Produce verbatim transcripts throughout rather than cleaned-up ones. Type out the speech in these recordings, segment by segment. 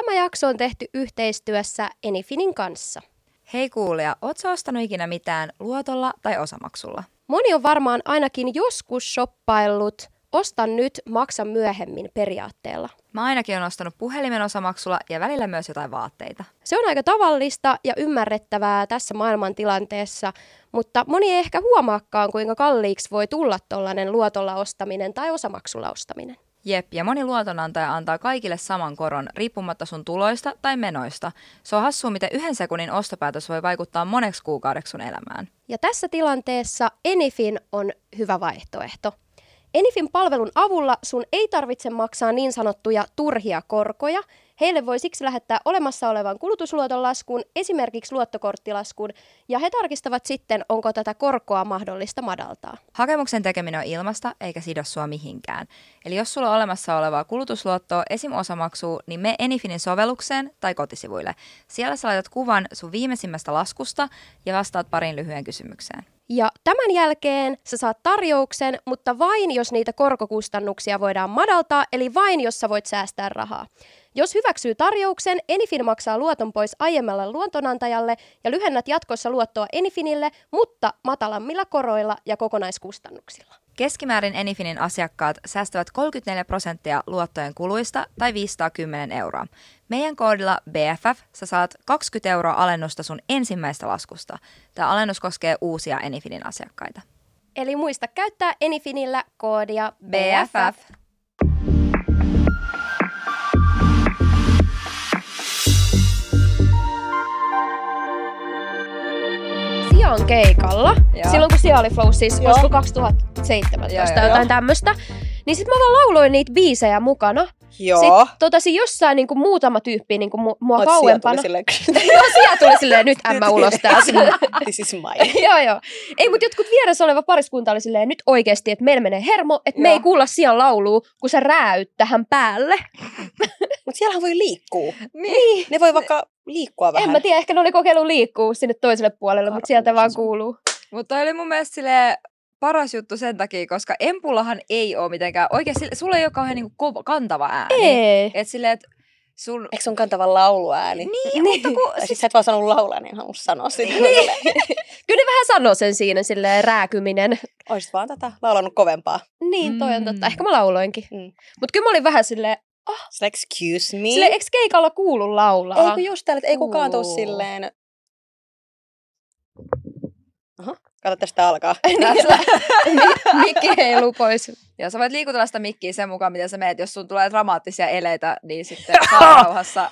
tämä jakso on tehty yhteistyössä Anyfinin kanssa. Hei kuulija, ootko sä ostanut ikinä mitään luotolla tai osamaksulla? Moni on varmaan ainakin joskus shoppaillut osta nyt, maksa myöhemmin periaatteella. Mä ainakin olen ostanut puhelimen osamaksulla ja välillä myös jotain vaatteita. Se on aika tavallista ja ymmärrettävää tässä maailmantilanteessa, mutta moni ei ehkä huomaakaan, kuinka kalliiksi voi tulla tollainen luotolla ostaminen tai osamaksulla ostaminen. Jep, ja moni luotonantaja antaa kaikille saman koron, riippumatta sun tuloista tai menoista. Se on hassua, miten yhden sekunnin ostopäätös voi vaikuttaa moneksi kuukaudeksi sun elämään. Ja tässä tilanteessa Anyfin on hyvä vaihtoehto. Anyfin palvelun avulla sun ei tarvitse maksaa niin sanottuja turhia korkoja. Heille voi siksi lähettää olemassa olevan kulutusluoton laskuun, esimerkiksi luottokorttilaskuun, ja he tarkistavat sitten, onko tätä korkoa mahdollista madaltaa. Hakemuksen tekeminen on ilmasta eikä sido sua mihinkään. Eli jos sulla on olemassa olevaa kulutusluottoa, esim. Osamaksua, niin mene Anyfinin sovellukseen tai kotisivuille. Siellä sä laitat kuvan sun viimeisimmästä laskusta ja vastaat pariin lyhyen kysymykseen. Ja tämän jälkeen sä saat tarjouksen, mutta vain jos niitä korkokustannuksia voidaan madaltaa, eli vain jos sä voit säästää rahaa. Jos hyväksyy tarjouksen, Anyfin maksaa luoton pois aiemmalle luotonantajalle ja lyhennät jatkossa luottoa Anyfinille, mutta matalammilla koroilla ja kokonaiskustannuksilla. Keskimäärin Anyfinin asiakkaat säästävät kolmekymmentäneljä prosenttia luottojen kuluista tai viisisataakymmenen euroa. Meidän koodilla B F F sä saat kaksikymmentä euroa alennusta sun ensimmäistä laskusta. Tämä alennus koskee uusia Anyfinin asiakkaita. Eli muista käyttää Anyfinillä koodia B F F. Sia on keikalla. Joo. Silloin kun Sia oli Flow, siis olisiko kaksituhattaseitsemäntoista tai jotain tämmöstä. Niin sit mä vaan lauloin niitä biisejä mukana. Joo. Sitten totasin jossain niinku muutama tyyppi niinku mu- mua Oot kauempana. Sia tuli Joo, Sia tuli silleen, nyt ämmä ulos täältä. This is mine. Joo, joo. Ei, mutta jotkut vieressä oleva pariskunta oli silleen, nyt oikeesti, että meillä menee hermo, että me ei kuulla Sian laulua, kun sä rääyt tähän päälle. Mut siellähän voi liikkua. Niin. Ne voi vaikka liikkua vähän. En mä tiedä, ehkä ne oli kokeillut liikkua sinne toiselle puolelle, mutta sieltä vaan kuuluu. Mutta toi oli mun mielestä silleen paras juttu sen takia, koska empullahan ei ole mitenkään, oikeesti sulla ei ole kauhean niinku kova, kantava ääni. Ei. Et silleen, et sun... Eikö se on kantava lauluääni? Niin, mutta kun... Tai siis sä et vaan sanonut laulaa, niin halunnut sanoa sitä. Niin. Kyllä ne vähän sanoo sen siinä, silleen rääkyminen. Oisit vaan tätä laulanut kovempaa. Niin, toi on Mm. totta. Ehkä mä lauloinkin. Mm. Mutta kyllä mä olin vähän silleen, Sillä excuse me? silleen, eikö keikalla kuulu laulaa? Ei kun just täällä, että ei kukaan tuu Kuuluu. silleen... Aha, kato tästä alkaa. Mikki heiluu pois. Ja sä voit liikutella sitä mikkiä sen mukaan, miten sä meet. Jos sun tulee dramaattisia eleitä, niin sitten saa rauhassa.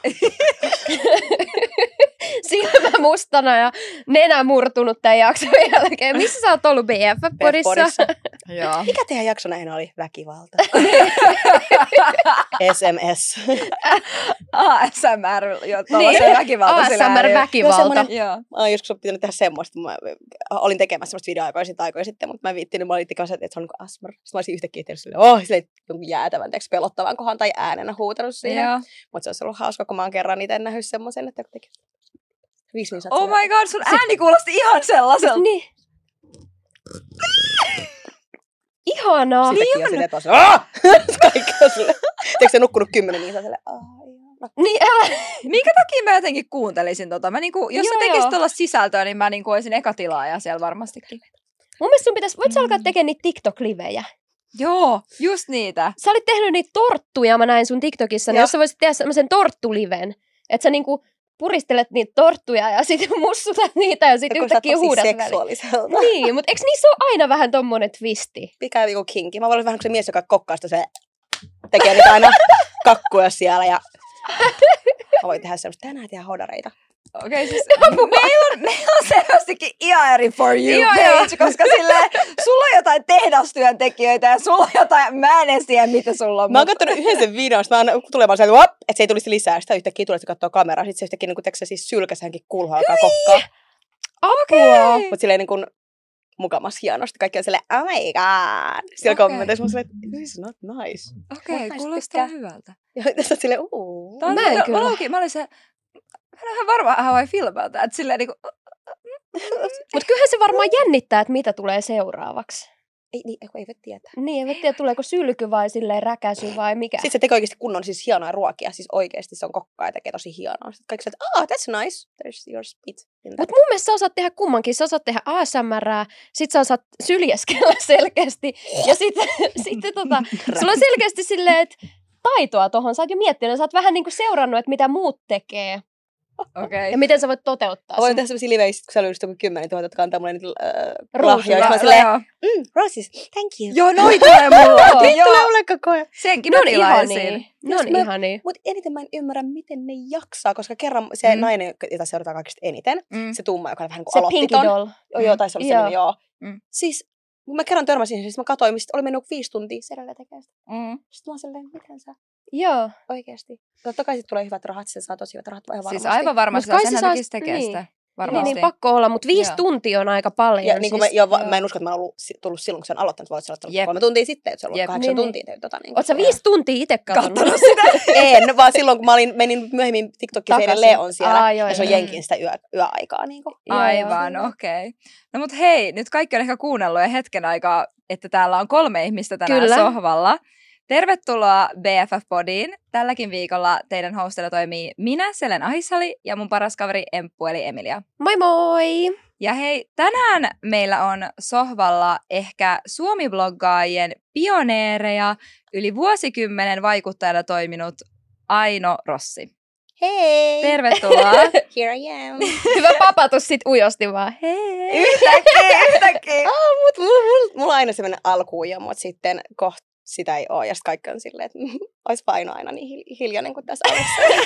Silmä mustana ja nenä murtunut tämän jakson jälkeen. Missä sä oot ollut B F F-podissa? Podissa. Joo. Mikä teidän jakso näin oli? Väkivalta. S M S. A S M R, jo tuollaisen väkivaltaisille A S M R-väkivalta. Joo. Mä oon joskus pitänyt tehdä semmoista. Mä olin tekemässä semmoista videoaikoja sitten aikoja sitten, mutta mä viittin, mä olin tekemässä, että se on niin kuin asmr. Sitten mä olisin yhtäkkiä tehnyt silleen, oh, silleen jäätävän, teeksi pelottavan kohan tai äänenä huutanut siihen. Joo. Mutta se olisi ollut hauska, kun mä oon kerran itse nähnyt semmoisen, että kun teki viisi minuuttia. Oh my god, sun ääni kuulosti ihan sellaiselta. Niin. Ihanaa. Sitten teki jo silleen taas, aah! Kaikki on silleen. Tiedätkö se nukkunut kymmenen, niin se on silleen, aah, ihana. Niin, älä. Minkä takia mä jotenkin kuuntelisin tota? Mä niinku, jos Joo, sä tekisit joo. tuolla sisältöä, niin mä niinku olisin eka tilaaja siellä varmastikin. Mun mielestä sun pitäisi, voit sä alkaa tekemään niitä TikTok-livejä? Joo, just niitä. Sä olit tehnyt niitä torttuja, mä näin sun TikTokissa, niin Joo. jos sä voisit tehdä semmoisen torttuliven, että sä niinku puristelet niitä torttuja ja sit mussutat niitä ja sit Ja kun sä oot yhtäkkiä tosi huudat väliin. seksuaaliselta. Niin, mutta eikö niissä ole aina vähän tommonen twisti? Mikä joku kinki. Mä voin olla vähän kuin se mies, joka kokkaa sitä, se tekee niitä aina kakkuja siellä ja mä voin tehdä semmoista, tänään tehdään hodareita. Okei, okay, siis meillä on, meillä on selvästikin ihan eri for you Joo, page, koska silleen, sulla on jotain tehdastyöntekijöitä ja sulla on jotain, mä en edes tiedä, mitä sulla on. Mä oon kattonut yhden sen videon, sit mä aina tulee vaan sieltä, että se ei tulisi lisää. Sitä yhtäkkiä tulee, että se katsoo kameraa. Sitten se yhtäkkiä, niin kun se siis sylkäs hänkin kulhoa alkaa kokkaa. Apua! Mutta silleen niin kuin mukamas hienosti. Kaikki on silleen, oh my god. Siellä Okei. kommenteissa mä silleen, this is not nice. Okei, okay, Mä kuulostaa tykkään. hyvältä. Ja tässä on silleen, uuu. Tää on, Mä mä, en mä, kyllä. mä, mä, mä olin se, mä en ole ihan varma how I feel about that. Silleen niinku, Mut kyllähän se varmaan jännittää, että mitä tulee seuraavaksi. Ei, niin, ei, ei voi tietää. Niin, en tiedä, tuleeko sylky vai silleen räkäsy vai mikä. Sitten se tekee oikeasti kunnon siis hienoja ruokia. Siis oikeasti se on kokkaa ja tekee tosi hienoa. Sitten kaikki sanoo, että ah, that's nice. There's your spit. Mutta mun mielestä sä osaat tehdä kummankin. Sä osaat tehdä A S M R:ää, sit sä osaat syljeskellä selkeästi. Ja sitten sit, tota, sulla on selkeästi silleen, että taitoa tohon. Sä oot jo miettinyt, sä oot vähän niinku seurannut, että mitä muut tekee. Okay. Ja miten sä voit toteuttaa Voin sen. tehdä sellaisia livejä, kun siellä on just joku kymmenen tuhatta, jotka antaa mulle niitä äh, Ruusuja. lahjoja. Mä silleen, mm, roses, thank you. Joo, noi tulee mulle. Niitä tulee mulle koko ajan. Senkin Ne on mä tilaisin. ihania. Ne on Mä- ihania. Mutta eniten mä en ymmärrä, miten ne jaksaa, koska kerran se Mm. nainen, jota seurataan kaikista eniten, Mm. se tumma, joka vähän niin kuin Se aloitti Pinky ton. Doll. Joo, joo, taisi olla Joo. semmoinen, joo. Mm. Siis, kun mä kerran törmäsin, siis mä katsoin, mistä oli mennyt viisi tuntia, se edelleen tekee sitä. Mm. Sitten mä oon silleen, miten sä Joo. oikeesti? Totta kai sit tulee hyvät rahat, se saa tosi hyvät rahat ihan varmasti. Siis aivan varmasti, Mut kai se senhän saa- tekisi tekee niin. sitä. Niin, Varmasti. niin pakko olla, mutta viisi Joo. tuntia on aika paljon. Ja niin kuin mä, siis, jo, va- joo. mä en usko, että mä oon ollut, si- tullut silloin, kun se on aloittanut, vaan se on aloittanut Jep. kolme tuntia sitten, että se on ollut Jep. kahdeksan Niin, tuntia. Niin. Tota, niin Oot sä viisi tuntia itse katsonut? Kattonut sitä. En, vaan silloin, kun mä olin, menin myöhemmin TikTokissa, Takaisin. edelleen on siellä, Aa, joo, ja se on joo. jenkin sitä yö, yöaikaa. Niin kuin. Joo, Aivan, joo. okei. Okay. No mut hei, nyt kaikki on ehkä kuunnellut jo hetken aikaa, että täällä on kolme ihmistä tänään Kyllä. sohvalla. Tervetuloa B F F-podiin. Tälläkin viikolla teidän hostilla toimii minä, Selen Ahissali, ja mun paras kaveri Emppu, eli Emilia. Moi moi! Ja hei, tänään meillä on sohvalla ehkä Suomi-bloggaajien pioneereja, yli vuosikymmenen vaikuttajana toiminut Aino Rossi. Hei! Tervetuloa! Here I am. Hyvä papatus sit ujosti vaan. Hei! Yhtäkkiä, yhtäkkiä! Ah, mut mulla, mulla, mulla on aina semmoinen alkuuja, mutta sitten kohta sitä ei ole. Ja sitten kaikki on silleen, että olisi Aino aina niin hil- hiljainen kuin tässä alussa.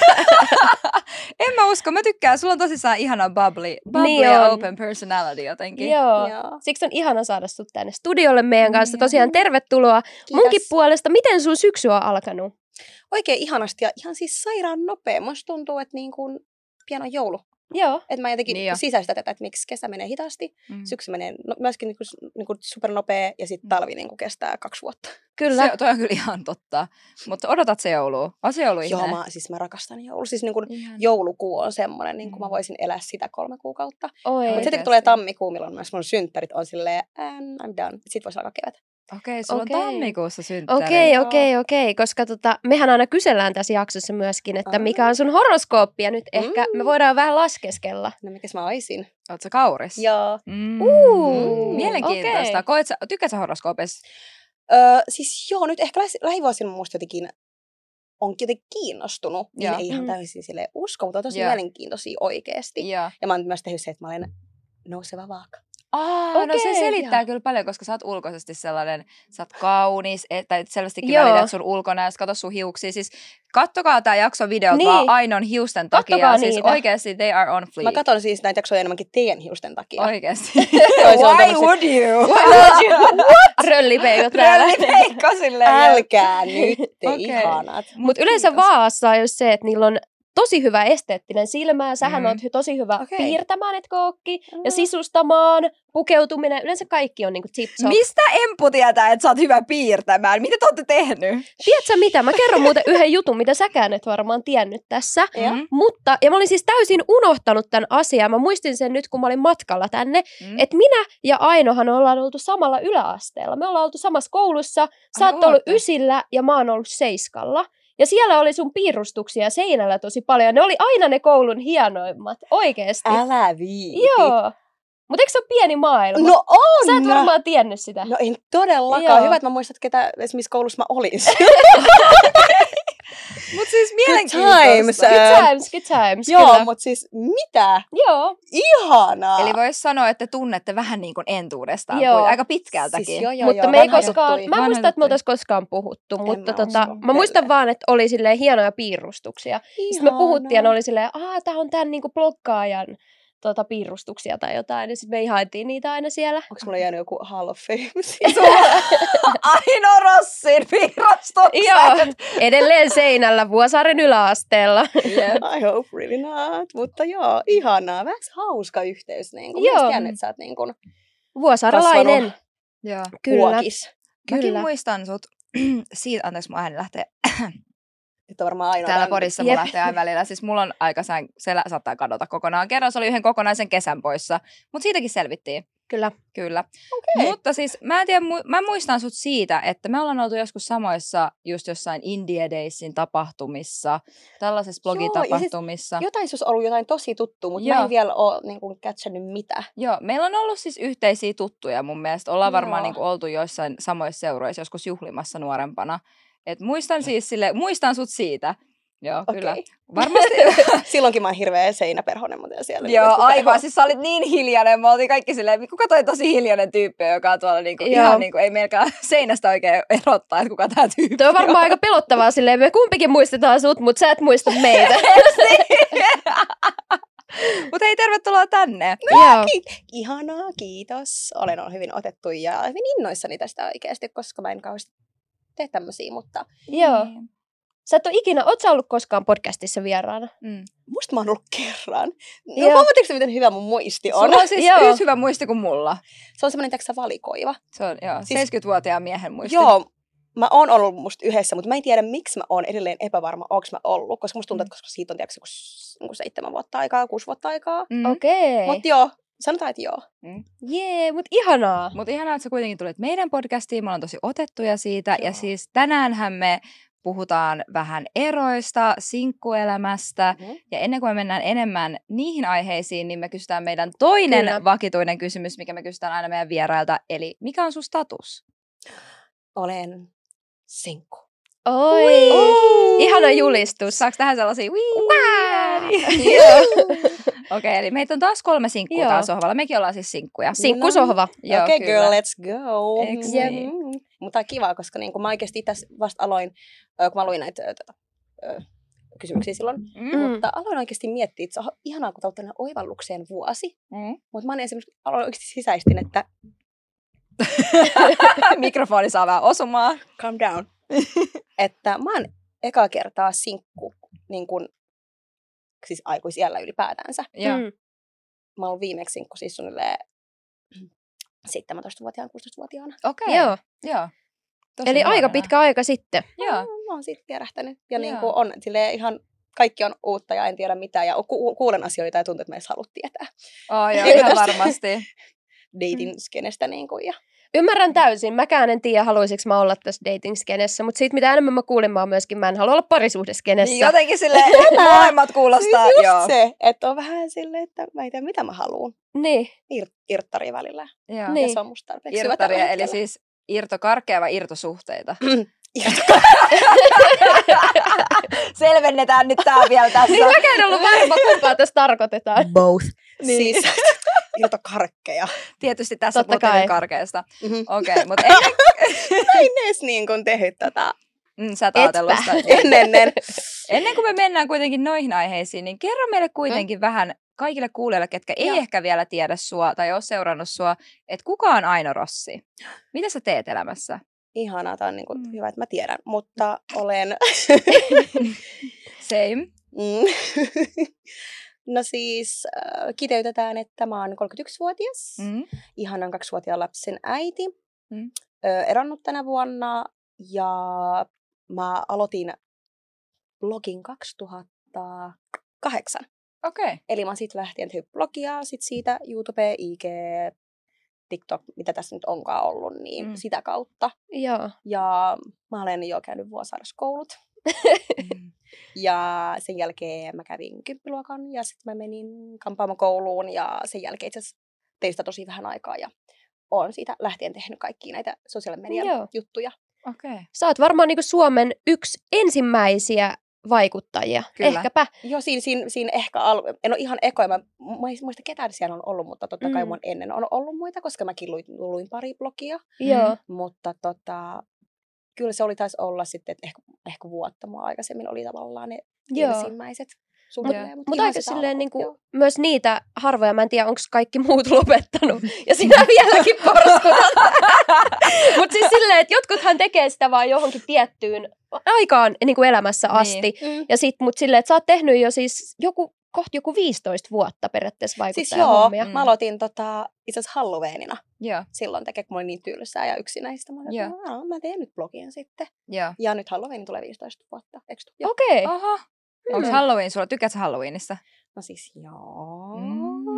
En mä usko, mä tykkään. Sulla on tosissaan ihana bubbly, bubbly Niin ja on. open personality jotenkin. Joo. Joo. Siksi on ihana saada sut tänne studiolle meidän kanssa. Niin. Tosiaan tervetuloa. Munkin puolesta, miten sun syksy on alkanut? Oikein ihanasti ja ihan siis sairaan nopea. Musta tuntuu, että niin kuin pian on joulu. Joo. Että mä jotenkin Niin niin jo. sisäistä tätä, että miksi kesä menee hitaasti, Mm. syksy menee no, myöskin niin kuin, niin kuin supernopea ja sitten talvi niin kuin kestää kaksi vuotta. Kyllä. Se, toi on kyllä ihan totta. Mutta odotat se joulua. On se joulu Joo, mä, siis mä rakastan joulua. Siis niin kuin Ihan. joulukuu on semmoinen, niin kuin Mm. mä voisin elää sitä kolme kuukautta. Oi. Mutta sitten Oikeesti. kun tulee tammikuu, milloin myös mun synttärit on silleen, and I'm done. Sitten voisi alkaa kevät. Okei, sulla Okei. on tammikuussa synttäri. Okei, Joo. okei, okei, koska tota, mehän aina kysellään tässä jaksossa myöskin, että Ah. mikä on sun horoskooppi, ja nyt ehkä Mm. me voidaan vähän laskeskella. No mikäs mä oisin? Oot sä kauris? Joo. Mm. Uu, Mielenkiintoista. okei. Koet sä, tykkäät sä horoskoopissa? Öö, siis joo, nyt ehkä lähi- lähivuosina musta jotenkin on jotenkin kiinnostunut. Niin Joo. ei ihan Mm. täysin silleen usko, mutta on tosi Joo. mielenkiintoisia oikeesti. Joo. Ja mä oon myös tehnyt se, että mä olen nouseva vaaka. Aa, no se Okei, selittää joo. kyllä paljon, koska sä oot ulkoisesti sellainen, sä oot kaunis, et, tai selvästikin Joo. välität sun ulkonäöstä, kato sun hiuksia. Siis kattokaa tää jakso videolta Niin. vaan Ainon hiusten takia. Kattokaa Siis niitä. oikeesti they are on fleek. Mä katson siis näitä jaksoja enemmänkin teidän hiusten takia. Oikeesti. Toi se on Why tämmöset- would you? Röllipeikot täällä. Röllipeikko silleen. Älkää nyt, te Okei. ihanat. Mutta yleensä Kiitos. Vaassa on just se, että niillä on tosi hyvä esteettinen silmä, ja sähän Mm. oot hy- tosi hyvä Okei. piirtämään, et kookki, Mm. ja sisustamaan, pukeutuminen. Yleensä kaikki on niinku tip-top. Mistä Empu tietää, että sä oot hyvä piirtämään? Mitä te ootte tehnyt? Tiedätkö mitä? Mä kerron muuten yhden jutun, mitä säkään et varmaan tiennyt tässä. Joo. Mm. Mutta, ja mä olin siis täysin unohtanut tämän asian. Mä muistin sen nyt, kun mä olin matkalla tänne. Mm. Että minä ja Ainohan ollaan oltu samalla yläasteella. Me ollaan oltu samassa koulussa. Sä Ai oot ollut ootte. ysillä ja mä oon ollut seiskalla. Ja siellä oli sun piirustuksia seinällä tosi paljon. Ne oli aina ne koulun hienoimmat. Oikeesti. Älä viiti. Joo. Mutta eikö se ole pieni maailma? No on! Sä et varmaan tiennyt sitä. No en todellakaan. Joo. Hyvä, että mä muistan, että ketä, missä koulussa mä olin. Mut siis times. mielenkiintoista. Good Ää, times, good times. Joo, kyllä. mutta siis mitä? Joo. Ihanaa! Eli vois sanoa, että tunnette vähän niin kuin entuudestaan, Joo. kuin aika pitkältäkin. Siis joo, joo, Mutta joo, me ei vanha koskaan, juttuja. mä en Vanha muista, että me juttuja. oltais koskaan puhuttu, mutta mä tota, usko. mä muistan vaan, että oli silleen hienoja piirustuksia. Sitten me puhuttiin ja ne oli silleen, aah, tää on tän niinku bloggaajan tota, piirustuksia tai jotain. Ja sitten me ihailtiin niitä aina siellä. Onko mulla jäänyt joku Hall of Fame? Aino Rossin piirustukset. Joo, edelleen seinällä Vuosaaren yläasteella. I hope really not. Mutta joo, ihanaa. Vähän hauska yhteys. Niin kuin. Joo. Mä tiedän, että sä oot niin kuin Vuosaarelainen. Kasvanut. Joo. Kyllä, huokis. Mäkin kyllä. muistan sut siitä, anteeksi mun ääni lähtee Nyt on varmaan ainoa. täällä tämän- podissa mun Jep. lähtee aina välillä. Siis mulla on aika sään, se lä- saattaa kadota kokonaan. Kerran se oli yhden kokonaisen kesän poissa, mutta siitäkin selvittiin. Kyllä. Kyllä. Okei. Mutta siis mä en tiedä, mu- mä muistan sut siitä, että me ollaan oltu joskus samoissa just jossain India Daysin tapahtumissa, tällaisissa Joo, ja siis blogitapahtumissa. Jotain se olisi ollut jotain tosi tuttua, mutta Joo. mä en vielä ole niin kuin, catchannut mitä. Joo, meillä on ollut siis yhteisiä tuttuja mun mielestä. Ollaan varmaan Joo. niin kuin oltu joissain samoissa seuroissa joskus juhlimassa nuorempana. Et muistan siis sille, muistan sut siitä. Joo, Okei. kyllä. Varmasti. Silloinkin mä oon hirveä seinäperhonen, mutta siellä. Joo, niin kuin aivan. perho. Siis sä olit niin hiljainen. Me oltiin kaikki silleen, kuka toi tosi hiljainen tyyppi, joka on tuolla niinku, Joo. ihan niinku, ei meilläkään seinästä oikein erottaa, että kuka tää tyyppi Tuo on varmaan aika pelottavaa silleen, me kumpikin muistetaan sut, mutta sä et muista meitä. Mutta hei, tervetuloa tänne. Joo. Ki- Ihanaa, kiitos. Olen ollut hyvin otettu ja hyvin innoissani tästä oikeasti, koska mä en kauheasti tee tämmöisiä, mutta Joo. Sä et ole ikinä, oot sä ollut koskaan podcastissa vieraana? Mm. musta mä oon ollut kerran. No, Joo. huomaatteko te, miten hyvä mun muisti on? Sulla on siis Joo. yhtä hyvä muisti kuin mulla. Se on semmoinen teksä valikoiva. Se on, joo, Siis- seitsemänkymmentävuotiaan miehen muisti. Joo, mä oon ollut musta yhdessä, mutta mä en tiedä, miksi mä oon edelleen epävarma, onko mä ollut. Koska musta tuntuu, että koska siitä on tiedätkö, joku s- joku seitsemän vuotta aikaa, kuusi vuotta aikaa. Mm. Okei. Okay. Mutta joo, sanotaan, että joo. Jee, mut ihanaa. Mutta ihanaa, että sä kuitenkin tulit meidän podcastiin. Me ollaan tosi otettuja siitä. Joo. Ja siis tänäänhän me puhutaan vähän eroista, sinkkuelämästä. Mm-hmm. Ja ennen kuin me mennään enemmän niihin aiheisiin, niin me kysytään meidän toinen Kyllä. vakituinen kysymys, mikä me kysytään aina meidän vierailta. Eli mikä on sun status? Olen sinkku. Oi. Ihana julistus. Saaks tähän sellaisia? Joo. Okei, eli meitä on taas kolme sinkkua Joo. täällä sohvalla. Mekin ollaan siis sinkkuja. Sinkkusohva. Joo, Okei, okay, kyllä. girl, let's go. Eiks Mm. niin? Mutta on kiva, koska niinku mä oikeasti itse vasta aloin, ö, kun mä luin näitä ö, tota, ö, kysymyksiä silloin, Mm. Mm. mutta aloin oikeasti miettiä, että se on ihanaa, kun tää on tällainen oivallukseen vuosi. Mm. Mutta mä oon esimerkiksi aloin oikeasti sisäistin, että Mikrofoni saa vähän osumaan. calm down, että mä oon ekaa kertaa sinkku, niin kun, siis aikuisiällä ylipäätänsä. Joo. Mm. Mä oon ollut viimeksi sinkku siis suunnilleen seitsemäntoistavuotiaana, kuusitoistavuotiaana. Okei. Joo. Joo. Tosi Eli aika nuorena. pitkä aika sitten. Joo. Mä oon siitä vierähtänyt. Ja Joo. niin kuin on silleen ihan, kaikki on uutta ja en tiedä mitään. Ja ku- kuulen asioita ja tuntuu, että mä edes haluat tietää Oh, joo, Eikö ihan tästä? varmasti. dating-skenestä. Niin kuin, ja Ymmärrän täysin. Mäkään en tiedä, haluaisinko mä olla tässä dating-skenessä, mutta siitä mitä enemmän mä kuulin, mä oon myöskin, mä en halua olla parisuhdeskenessä. Niin jotenkin silleen, molemmat kuulostaa. Siis just Joo. se, että on vähän silleen, että mä en tiedä mitä mä haluan. Niin. Ir- irttari välillä. Joo. Niin. Ja se on musta tarpeeksi hyvä tällä Irtaria, eli hetkellä. siis irtokarkea vai irtosuhteita? Irto- Selvennetään nyt tää vielä tässä. Niin mäkään en ollut varma, kumpaa tässä tarkoitetaan. Both. Niin. Siis irtokarkkeja. Tietysti tässä Totta puhuttiin kai. nyt karkeasta. Mm-hmm. Okei, okay, mutta ennen, Mä en edes niin kuin tehnyt tätä mm, sä et ajatellut sitä. ennen. ennen. Ennen kuin me mennään kuitenkin noihin aiheisiin, niin kerro meille kuitenkin mm. vähän kaikille kuulijoille, ketkä ei Joo. ehkä vielä tiedä sua tai ole seurannut sua, että kuka on Aino Rossi? Mitä sä teet elämässä? Ihanaa, tää on niin kuin Mm. hyvä, että mä tiedän. Mutta olen... Same. Mm. No siis äh, kiteytetään, että mä oon kolmekymmentäyksivuotias, mm. Mm. ihanan kaksivuotiaan lapsen äiti, Mm. ö, eronnut tänä vuonna ja mä aloitin blogin kaksituhattakahdeksan. Okei. Okay. Eli mä oon siitä lähtien tehnyt blogia, sit siitä YouTube, I G, TikTok, mitä tässä nyt onkaan ollut, niin Mm. mm. sitä kautta. Joo. Ja mä olen jo käynyt vuosairaskoulut. Mm. Ja sen jälkeen mä kävin kymppiluokan ja sitten mä menin kampaamokouluun ja sen jälkeen itse asiassa tein sitä tosi vähän aikaa ja oon siitä lähtien tehnyt kaikkia näitä sosiaalisen median Joo. juttuja. Okei. Okay. Sä oot varmaan niinku Suomen yksi ensimmäisiä vaikuttajia. Kyllä. Ehkäpä. Joo, siinä, siinä, siinä ehkä, al- en ole ihan ekoja, mä, mä en muista ketään siellä on ollut, mutta totta kai Mm. mun ennen on ollut muita, koska mäkin luin, luin pari blogia. Joo. Mutta tota, kyllä se oli taisi olla sitten, että ehkä, ehkä vuotta mua aikaisemmin oli tavallaan ne Joo. ensimmäiset suunnilleen. Mutta ihan aika sitä silleen alkua, niinku, joo. myös niitä harvoja, mä en tiedä, onko kaikki muut lopettanut. Ja sinä vieläkin porskutat. Mutta siis silleen, että jotkuthan tekee sitä vaan johonkin tiettyyn aikaan niin kuin elämässä asti. Niin. Mm. Ja sit, mut silleen, että sä oot tehnyt jo siis joku, kohta joku viisitoista vuotta periaatteessa Siis joo, vaikuttajahommia. mä aloitin tota, itse asiassa Halloweenina Joo. silloin tekee, kun mä olin niin tylsää ja yksinäistä. Mä, Joo. olin, no, mä teen nyt blogin sitten. Joo. Ja nyt Halloween tulee viisitoista vuotta, eikö tuu? Joo. Okei. Aha. Onko Mm. Halloween sulla? Tykkäätkö sä Halloweenista? No siis joo. Mm.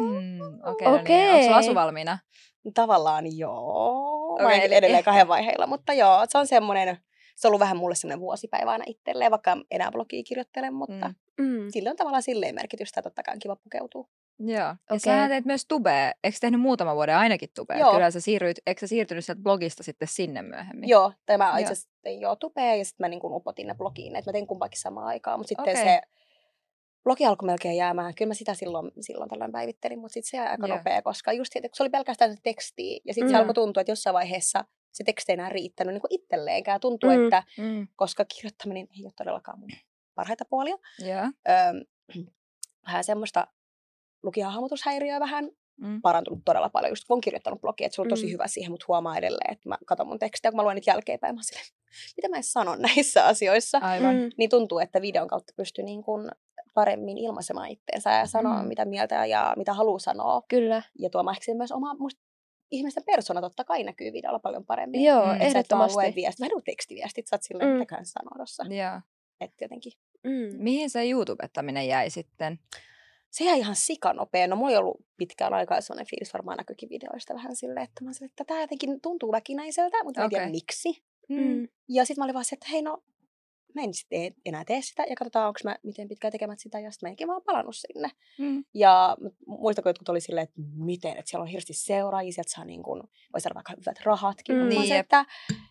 Mm, Okei, okay, okay. No niin. Onko sulla asu valmiina? Tavallaan joo. Okay, Mä eli... edelleen kahden vaiheilla, mutta joo, se on semmoinen, se on ollut vähän mulle semmoinen vuosipäivä aina itselleen, vaikka en enää blogia kirjoittele, mutta mm. sillä on tavallaan silleen merkitystä, että totta kai on kiva pukeutua. Joo. Ja okay. Sähän teet myös tubea. Eikö tehnyt muutama vuoden ainakin tubea? Joo. Kyllä sä siirryit, eikö sä siirtynyt sieltä blogista sitten sinne myöhemmin? Joo, tai mä itse asiassa tein joo tubea ja sitten mä niin kuin upotin ne blogiin, että mä tein kumpaakin samaan aikaan, mutta sitten okay. se blogi alkoi melkein jäämään. Kyllä mä sitä silloin, silloin tällöin päivittelin, mutta sitten se jäi aika yeah. nopea, koska just kun se oli pelkästään tekstiä ja sitten mm. se alkoi tuntua, että jossain vaiheessa se teksti ei enää riittänyt niin kuin itselleenkään. Tuntuu, mm. että mm. koska kirjoittaminen ei ole todellakaan mun parhaita puolia. Yeah. Öö, vähän semmoista lukijahahmotushäiriöä vähän mm. parantunut todella paljon. Just kun on kirjoittanut blogia, että se on tosi mm. hyvä siihen, mutta huomaa edelleen, että mä katson mun tekstejä, kun mä luen niitä jälkeenpäin. Mä oon silleen, mitä mä edes sanon näissä asioissa. Aivan. Mm. Niin tuntuu, että videon kautta pystyy niin kuin paremmin ilmaisemaan itteensä ja sanoa, mm. mitä mieltä ja mitä haluaa sanoa. Kyllä. Ja tuomaan myös omaa musta ihmisten persona totta kai näkyy videolla paljon paremmin. Joo, mm. ehdottomasti. Sä et vaan lue viestit, vähän kuin tekstiviestit, sä oot silleen, mm. mitäköhän sanoo tossa. Joo. Että jotenkin. Mm. Mihin se YouTubettaminen jäi sitten? Se jäi ihan sikanopea. No mulla ei ollut pitkään aikaa sellainen fiilis, varmaan näkyykin videoista vähän silleen, että mä silleen, että tää jotenkin tuntuu väkinäiseltä, mutta mä en okay. tiedä miksi. Mm. Ja sit mä olin vaan se, että hei no, mä en sitten enää tee sitä ja katsotaan, onko mä miten pitkään tekemät sitä ja sitten mä enkin vaan palannut sinne. Mm. Ja muistako jotkut oli silleen, että miten, että siellä on hirveästi seuraajia, sieltä saa niin kuin, voi saada vaikka hyvät rahatkin. Mm. Niin, se, että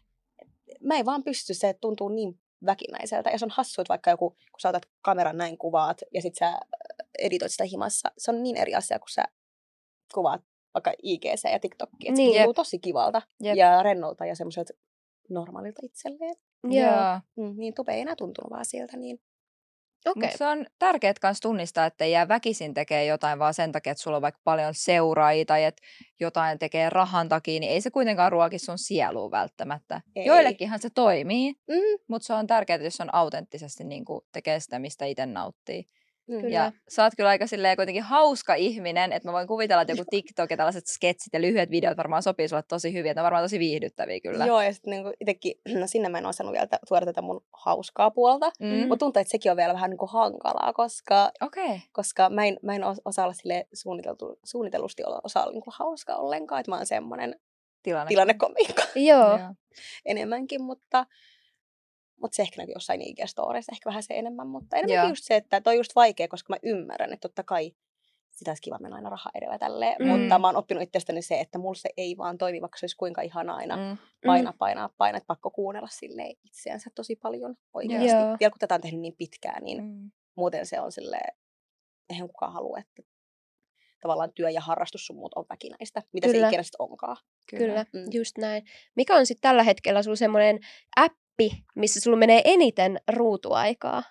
mä en vaan pysty, se tuntuu niin väkinäiseltä. Ja se on hassu, että vaikka joku, kun sä otat kameran näin kuvaat ja sit sä editoit sitä himassa, se on niin eri asia, kun sä kuvaat vaikka I G C ja TikTokia. Että niin, se tuntuu tosi kivalta Jep. ja rennolta ja semmoiselta normaalilta itselleen. Joo. Mm, niin tube ei enää tuntunut vaan sieltä. Niin. Okay. Mutta se on tärkeää myös tunnistaa, että ei jää väkisin tekee jotain vaan sen takia, että sulla on vaikka paljon seuraajia tai että jotain tekee rahan takia, niin ei se kuitenkaan ruoki sun sielua välttämättä. Ei. Joillekinhan se toimii, mm. mutta se on tärkeää, että jos on autenttisesti niin kuin tekee sitä, mistä itse nauttii. Kyllä. Ja sä oot kyllä aika silleen kuitenkin hauska ihminen, että mä voin kuvitella, että joku TikTok ja tällaiset sketsit ja lyhyet videot varmaan sopii sulle tosi hyvin, että ne on varmaan tosi viihdyttäviä kyllä. Joo, ja sitten niin itsekin, no sinne mä en osannut vielä tuoda tätä mun hauskaa puolta, mm. mutta tuntuu, että sekin on vielä vähän niin kuin hankalaa, koska, okay. koska mä en, mä en osaa olla silleen suunniteltu, suunnitellusti osaa olla niin kuin hauska ollenkaan, että mä oon semmoinen Tilanne. tilannekomiikka. Joo. Enemmänkin, mutta... Mutta se ehkä näkyy jossain I G-storeissa, ehkä vähän se enemmän, mutta enemmänkin just se, että toi on just vaikea, koska mä ymmärrän, että totta kai sitä olisi kiva mennä aina rahaa edellä tälleen, mm. mutta mä oon oppinut itsestäni se, että mulla se ei vaan toimi, vaikka se olisi kuinka ihana aina mm. painaa, painaa, painaa, että pakko kuunnella silleen itseänsä tosi paljon oikeasti. Joo. Vielä kun tätä on tehnyt niin pitkään, niin mm. muuten se on silleen, eihän kukaan halua, että tavallaan työ ja harrastus sun muut on väkinäistä, mitä Kyllä. se ikinä sitten onkaan. Kyllä, Kyllä. Mm. just näin. Mikä on sitten tällä hetkellä sulla semmoinen app, missä sulla menee eniten ruutuaikaa?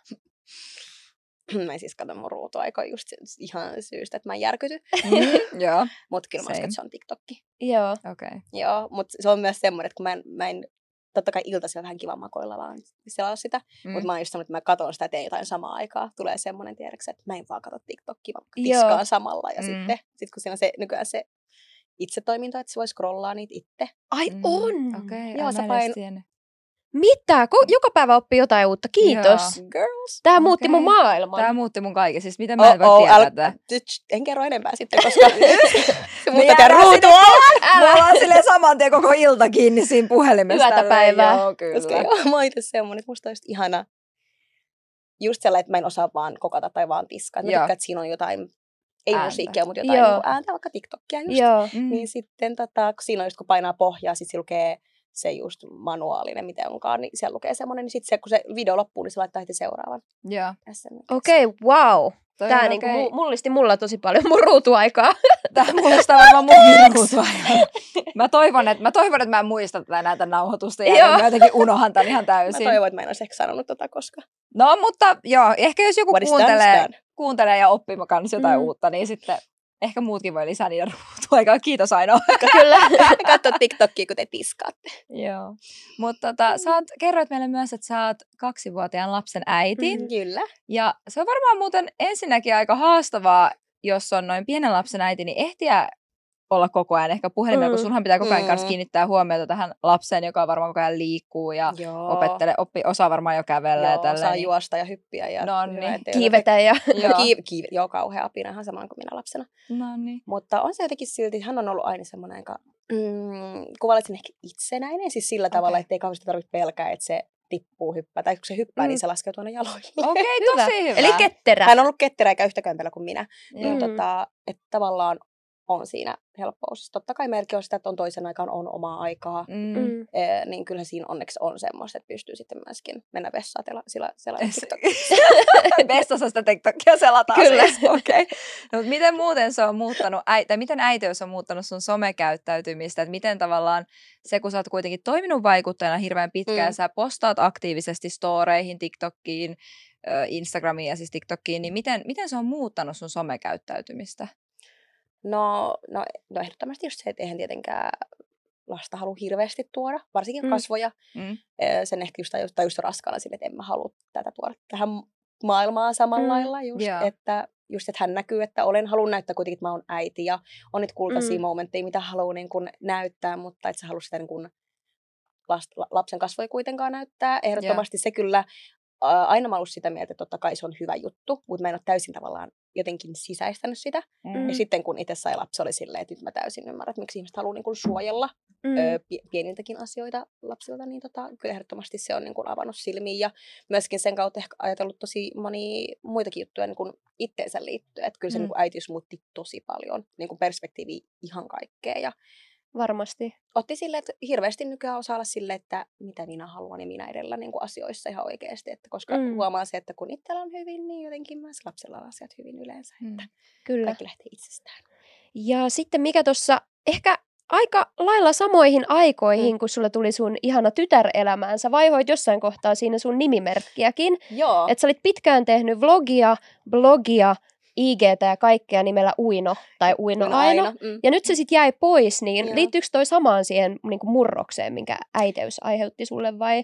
Mä en siis katso mun ruutuaikaa just ihan syystä, että mä en järkyty. Mm, joo. Mut kyllä mä uskon, että se on TikTokki. Joo. Okei. Okay. Joo, mutta se on myös semmoinen, että kun mä en, mä en totta kai iltaisin on vähän kiva makoilla vaan selaa sitä, mm. mutta mä oon just sanonut, että mä katon sitä ja teen jotain samaa aikaa. Tulee semmoinen tiedeksi, että mä en vaan katso TikTokia, vaan tiskaan Joo. samalla. Ja mm. sitten sit kun siinä on se, nykyään se itsetoiminta, että se voi scrollaa niitä itse. Ai mm. on! Okei, okay, sä pain... Mitä? Ko- joka päivä oppii jotain uutta. Kiitos. Girls. Tää muutti okay. mun maailman. Tää muutti mun kaiken. Siis mitä mä en voi tietää. En kerro enempää sitten, koska se muuttaa tää ruutua. Me ollaan silleen saman tien koko ilta kiinni siinä puhelimessa. Hyvätä päivää. Joo, kyllä. Koska joo, mä oon itse semmonen, että musta olisi ihana just sellainen, että mä en osaa vaan kokata tai vaan tiskaa. Mä tykkään, että siinä on jotain, ei ääntä. Musiikkia, mutta jotain niin ääntä, vaikka TikTokia just. Joo. Mm. Niin sitten tota, kun siinä on just kun painaa pohjaa, sit se lukee se just manuaalinen, miten onkaan, niin siellä lukee semmoinen, niin sitten se, kun se video loppuu, niin se laittaa heti seuraavan. Joo. Okei, okay, wow. Toi Tää niinku okay. mullisti mulla tosi paljon mun ruutuaikaa. Tää mullistaa varmaan munkin ruutuaikaa. Mä toivon, että mä, toivon, että mä en muista tätä näitä nauhoitusta ja mä jotenkin unohan tän ihan täysin. Mä toivon, että mä en olisi ehkä sanonut tota koskaan. No, mutta joo, ehkä jos joku kuuntelee, kuuntelee ja oppii kans jotain mm. uutta, niin sitten ehkä muutkin voi lisää niiden ruutuaikaa. Kiitos Aino. Kyllä. Katso TikTokia, kun te tiskaatte. Joo. Mutta tota, sä oot, kerroit meille myös, että sä oot kaksivuotiaan lapsen äiti. Mm, kyllä. Ja se on varmaan muuten ensinnäkin aika haastavaa, jos on noin pienen lapsen äiti, niin ehtiä olla koko ajan ehkä puhelimella, mm. kun sunhan pitää koko ajan Mm. kanssa kiinnittää huomiota tähän lapseen, joka varmaan koko ajan liikkuu ja Joo. opettelee, oppi, osaa varmaan jo kävellä Joo, ja tälleen. saa niin- juosta ja hyppiä. Ja No hyvä, niin. ettei Kiivetä ja... Joo. Kiiv, kiiv, joo, kauhea apina, ihan samoin kuin minä lapsena. No niin. Mutta on se jotenkin silti, hän on ollut aina semmoinen aika, mm, kuvailisin ehkä itsenäinen, siis sillä tavalla, Okei. että ei kauheasti tarvitse pelkää, että se tippuu hyppää, tai kun se hyppää, Mm. niin se laskee tuonne jaloille. Okei, okay, tosi hyvä. Eli ketterä. Hän on ollut ketterä eikä yhtä kömpelä kuin minä, Joo. niin Mm. tota, että tavallaan on siinä helppous. Totta kai merkki on sitä, että on toisen aikaan on omaa aikaa, Mm. Mm. ee, niin kyllä siinä onneksi on semmoista, että pystyy sitten myöskin mennä vessaan tela, sillä, sillä Se- Vessassa sitä TikTokia selataan. Kyllä. Siis. Okei. Okay. No, mut miten muuten se on muuttanut, äi- tai miten äitiys on muuttanut sun somekäyttäytymistä? Että miten tavallaan se, kun sä oot kuitenkin toiminut vaikuttajana hirveän pitkään, Mm. sä postaat aktiivisesti storeihin, TikTokiin, ö, Instagramiin ja siis TikTokiin, niin miten, miten se on muuttanut sun somekäyttäytymistä? No, no, no ehdottomasti just se, että eihän tietenkään lasta halua hirveästi tuoda, varsinkin Mm. kasvoja. Mm. Ee, Sen ehkä just tajus, tajus raskaana sille, että en mä halua tätä tuoda tähän maailmaan samalla Mm. lailla. Just, Joo. että, just, että hän näkyy, että olen halunnut näyttää kuitenkin, että mä oon äiti. Ja on niitä kultaisia Mm. momentteja, mitä haluaa niin kun näyttää, mutta et sä halua sitä niin kun last, la- lapsen kasvoja kuitenkaan näyttää. Ehdottomasti se kyllä, ää, aina mä oon ollut sitä mieltä, että totta kai se on hyvä juttu, mutta mä en ole täysin tavallaan jotenkin sisäistänyt sitä. Mm. Ja sitten kun itse sai lapsi, oli silleen, että nyt mä täysin ymmärrän, että miksi ihmiset haluaa niin kun suojella Mm. ö, pie- pieniltäkin asioita lapsilta, niin tota, kyllä ehdottomasti se on niin kun avannut silmiin. Ja myöskin sen kautta ehkä ajatellut tosi monia muitakin juttuja niin kun itteensä liittyen. Että kyllä se Mm. niin kun äitiys muutti tosi paljon niin kun perspektiiviä ihan kaikkeen. Ja Varmasti. otti silleen, että hirveästi nykyään osaa olla silleen, että mitä minä haluan ja minä edellä niin kun asioissa ihan oikeasti. Että koska Mm. mm. huomaa se, että kun itsellä on hyvin, niin jotenkin myös lapsella on asiat hyvin yleensä. Mm. Että Kyllä. kaikki lähtee itsestään. Ja sitten mikä tuossa ehkä aika lailla samoihin aikoihin, Mm. kun sulle tuli sun ihana tytär elämään, sä vaihoit jossain kohtaa siinä sun nimimerkkiäkin. Joo. Että sä olit pitkään tehnyt vlogia, blogia, I G:tä ja kaikkea nimellä Uino tai Uino Uino Aino. Aino, mm. Ja nyt se sitten jäi pois, niin Joo. liittyykö toi samaan siihen niin kuin murrokseen, minkä äiteys aiheutti sulle vai?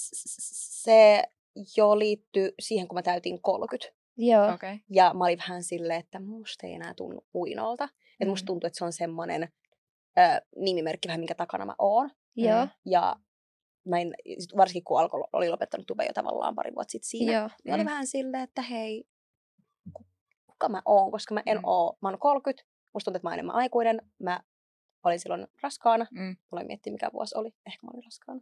Se jo liittyy siihen, kun mä täytin kolmekymmentä. Joo. Okei. Okay. Ja mä olin vähän silleen, että musta ei enää tunnu Uinolta. Että Mm. musta tuntuu, että se on semmoinen ö, nimimerkki vähän, minkä takana mä oon. Joo. Ja mä en, sit varsinkin kun alkoi, oli lopettanut tube jo tavallaan pari vuotta sitten siinä, Joo. niin oli Mm. vähän silleen, että hei, ku- kuka mä oon, koska mä en Mm. oo, mä oon kolmekymmentä, musta tuntuu, että mä oon enemmän aikuinen, mä olin silloin raskaana, Mm. mulla miettiä mikä vuosi oli, ehkä mä olin raskaana.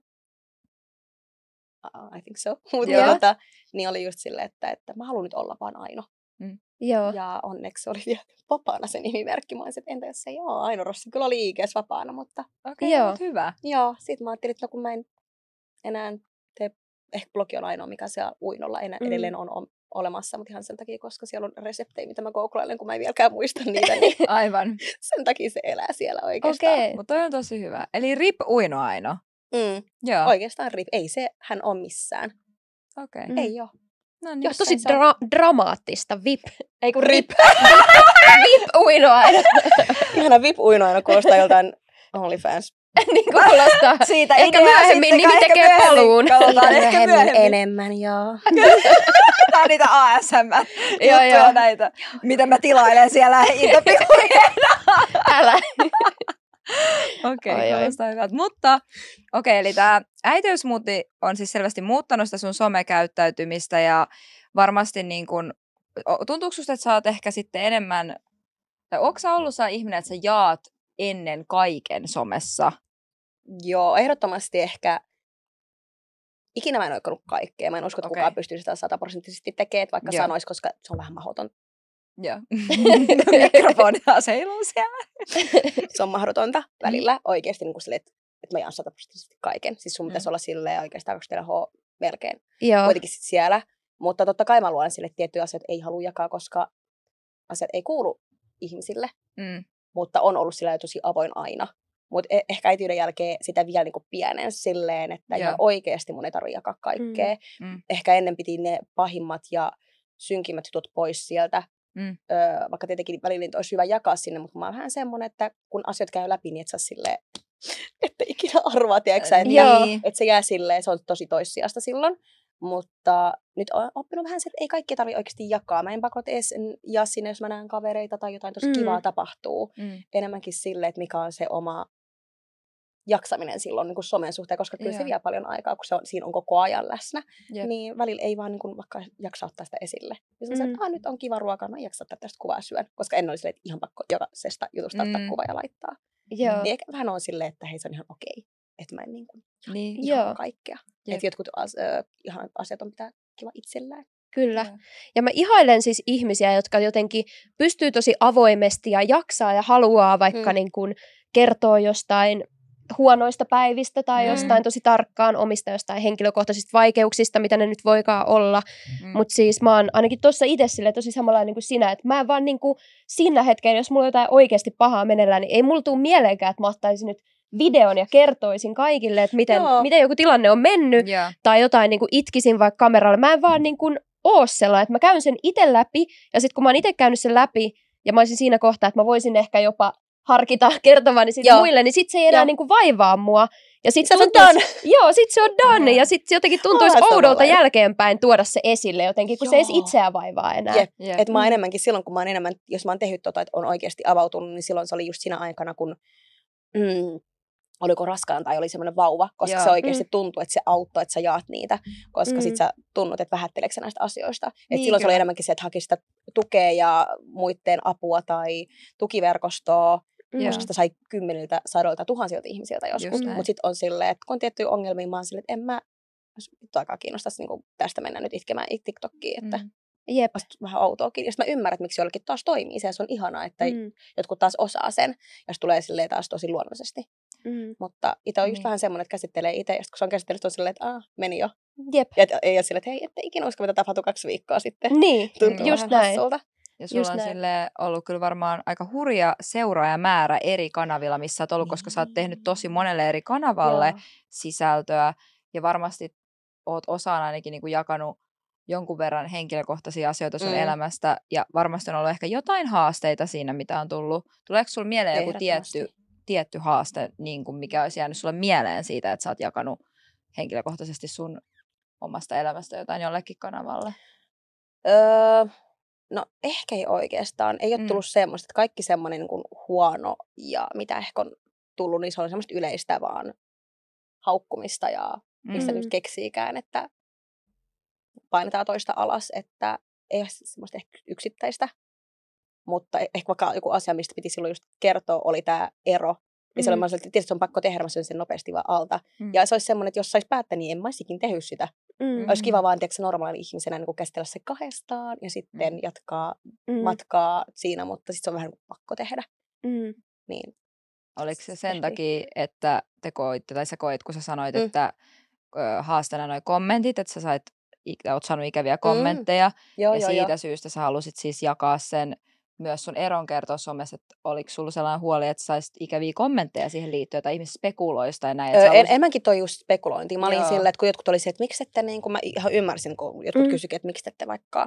Uh, I think so. Mutta Joo. tota, niin oli just silleen, että, että mä haluan nyt olla vaan Aino. Joo. Ja onneksi se oli vielä vapaana se nimimerkki. Mä olisin, että entä jos se ei ole Aino Rossi. Kyllä oli I G:ssä vapaana, mutta Okei, Joo. okay, hyvä. joo. Sitten mä ajattelin, että no kun mä en enää tee, ehkä blogi on ainoa, mikä siellä Uinolla enää Mm. edelleen on, on olemassa, mutta ihan sen takia, koska siellä on reseptejä, mitä mä googlailen, kun mä en vieläkään muista niitä, niin Aivan. sen takia se elää siellä oikeastaan. Okei. Mutta toi on tosi hyvä. Eli Rip Uino Aino. Mm, Joo. oikeastaan rip. Ei se hän on missään. Okei. Mm. Okay. Ei oo. No niin. Joo, tosi se on- dra- dramaattista. Vip. Ei kun Rip. Vip Uino Aino. Ihana vip Uino aina kuulostaa joltain OnlyFans. niin kuin kuulostaa. Siitä Ehkä ideaa myöhemmin sitten, nimi ehkä tekee myöhemmin. paluun. Katsotaan ehkä Myöhemmin myöhemmin. enemmän, joo. Tää on niitä A S Joo, M-juttuja joo. näitä, mitä mä tilailen siellä iltapihujen. Älä. Okei, Oi, oi. kuulostaa hyvältä. Mutta okei, eli tämä äitiysmuutti on siis selvästi muuttanut sitä sun somekäyttäytymistä ja varmasti niin kun, o- tuntuuko susta, että sä oot ehkä sitten enemmän, tai onko sä ollut sä ihminen, että sä jaat ennen kaiken somessa? Joo, ehdottomasti ehkä ikinä mä en oikein kaikkea. Mä en usko, että Okei. kukaan pystyy sitä sataprosenttisesti tekemään, vaikka Joo. sanois, koska se on vähän mahdotonta. Joo. Mikrofonia seiluu siellä. Se on mahdotonta välillä oikeasti niin kuin sille, että, että mä jaan sataprosenttisesti kaiken. Siis sun Mm. pitäisi olla silleen oikeastaan kaksikymmentä H melkein Joo. kuitenkin sit siellä. Mutta totta kai mä luulen sille, että tiettyjä asioita ei halua jakaa, koska asiat ei kuulu ihmisille. Mm. Mutta on ollut sillä tosi avoin aina. Mutta ehkä äitiyden jälkeen sitä vielä niin kuin pienen silleen, että Joo. ihan oikeasti mun ei tarvitse jakaa kaikkea. Mm. Mm. Ehkä ennen piti ne pahimmat ja synkimmät jutut pois sieltä. Mm. Öö, vaikka tietenkin välillä niitä olisi hyvä jakaa sinne, mutta mä oon vähän semmoinen, että kun asiat käy läpi, niin et saa silleen, että ikinä arvaa, tiedätkö sä, että, Joo. että se jää silleen, se on tosi toissijasta silloin. Mutta nyt olen oppinut vähän se, että ei kaikki tarvitse oikeasti jakaa. Mä en pakota edes jaa sinne, jos mä näen kavereita tai jotain tosi mm. kivaa tapahtuu. Mm. Enemmänkin sille, että mikä on se oma jaksaminen silloin niin kuin somen suhteen, koska kyllä yeah. se vie paljon aikaa, kun se on, siinä on koko ajan läsnä. Yep. Niin välillä ei vaan niin kuin, vaikka jaksa ottaa sitä esille. Ja se on mm. se, että nyt on kiva ruokaa, mä en jaksa ottaa tästä kuvaa syön. Koska en ole silleen, että ihan pakko jokaisesta jutusta ottaa mm. kuva ja laittaa. Joo. Niin vähän on silleen, että hei, se on ihan okei. Että mä en niin kuin, niin. ihan kaikkea. Yep. Että jotkut as, äh, ihan asiat on pitää kiva itsellään. Kyllä. Ja. ja mä ihailen siis ihmisiä, jotka jotenkin pystyy tosi avoimesti ja jaksaa ja haluaa vaikka mm. niin kuin kertoa jostain huonoista päivistä tai mm. jostain tosi tarkkaan omista jostain henkilökohtaisista vaikeuksista, mitä ne nyt voikaan olla. Mm. Mutta siis mä oon ainakin tuossa itse silleen tosi samanlainen niin kuin sinä, että mä vaan niin kuin siinä hetkeen, jos mulla on jotain oikeasti pahaa meneillään, niin ei mulla tule mieleenkään, että mä ottaisin nyt videon ja kertoisin kaikille, että miten, miten joku tilanne on mennyt yeah. tai jotain niin kuin itkisin vaikka kameralle. Mä en vaan niin kuin oo sellainen, että mä käyn sen itse läpi ja sitten kun mä oon itse käynyt sen läpi ja mä olisin siinä kohtaa, että mä voisin ehkä jopa harkita kertovani siitä muille, niin sit se ei enää niinku vaivaa mua. Ja sit se on done. Joo, sit se on done. Ja sit se jotenkin tuntuisi oh, oudolta jälkeenpäin tuoda se esille jotenkin, kun joo. se ei itseään vaivaa enää. Jep. Jep. Et mä oon enemmänkin silloin, kun mä oon enemmän, jos mä oon tehnyt tota, että on oikeasti avautunut, niin silloin se oli just siinä aikana, kun mm, oliko raskaan tai oli semmoinen vauva, koska joo. se oikeasti mm. tuntuu, että se auttoi, että sä jaat niitä, koska mm. sit sä tunnut, että vähätteleekö sä näistä asioista. Niin, et silloin kyllä. se oli enemmänkin se, että haki sitä tukea ja muiden apua tai tukiverkostoa, Mm. koska sitä sai kymmeniltä, sadoilta, tuhansilta ihmisiltä joskus. Mutta sitten on silleen, että kun on tiettyjä ongelmia, mä oon silleen, että en mä, jos nyt aikaa kiinnostaisi niin tästä mennä nyt itkemään TikTokiin, että mm. Jep. vähän outoakin. Ja sitten mä ymmärrän, että miksi jollekin taas toimii se, ja se on ihanaa, että mm. jotkut taas osaa sen, ja se tulee silleen taas tosi luonnollisesti. Mm. Mutta itse on just mm. vähän semmoinen, että käsittelee itse, ja sitten kun se on käsitellyt, on silleen, että aah, meni jo. Jep. Ja ei ole silleen, että hei, ette ikinä usko, mitä tapahtui kaksi viikkoa sitten. Niin, tuntuu just näin. Hassulta. Ja sulla just on sille ollut kyllä varmaan aika hurja seuraajamäärä eri kanavilla, missä sä oot ollut, koska sä oot tehnyt tosi monelle eri kanavalle Joo. sisältöä. Ja varmasti oot osaan ainakin niin kuin jakanut jonkun verran henkilökohtaisia asioita sun mm. elämästä. Ja varmasti on ollut ehkä jotain haasteita siinä, mitä on tullut. Tuleeko sulla mieleen joku tietty, tietty haaste, niin kuin mikä olisi jäänyt sulle mieleen siitä, että sä oot jakanut henkilökohtaisesti sun omasta elämästä jotain jollekin kanavalle? Öö... No ehkä ei oikeastaan. Ei ole tullut mm. semmoista, että kaikki semmoinen niin kuin huono ja mitä ehkä on tullut, niin se on semmoista yleistä vaan haukkumista ja mistä mm. nyt keksiikään, että painetaan toista alas, että ei ole semmoista ehkä yksittäistä. Mutta ehkä vaikka joku asia, mistä piti silloin just kertoa, oli tämä ero. Niin mm. se oli, että tietysti se on pakko tehdä, mä sen nopeasti vaan alta. Mm. Ja se olisi semmoinen, että jos sais päättää, niin en mä olisikin tehnyt sitä. Mm. Olisi kiva vaan tiedätkö, normaali ihmisenä niin käsitellä se kahdestaan ja sitten mm. jatkaa mm. matkaa siinä, mutta sitten se on vähän pakko tehdä. Mm. Niin. Oliko se sen takia, että te koitte, tai sä koit, kun sä sanoit, mm. että ö, haastana noi kommentit, että sä sait, oot saanut ikäviä kommentteja, mm. joo, ja joo, siitä jo. syystä sä halusit siis jakaa sen myös sun eron kertoa somessa, että oliko sulla sellainen huoli, että saisit ikäviä kommentteja siihen liittyen, tai ihmiset spekuloista ja näin? Öö, halusit... Enemmänkin toi just spekulointi. Mä olin Joo. sillä, että kun jotkut oli se, että miksi ette, niin kun mä ihan ymmärsin, kun jotkut mm. kysyikin, että miksi ette vaikka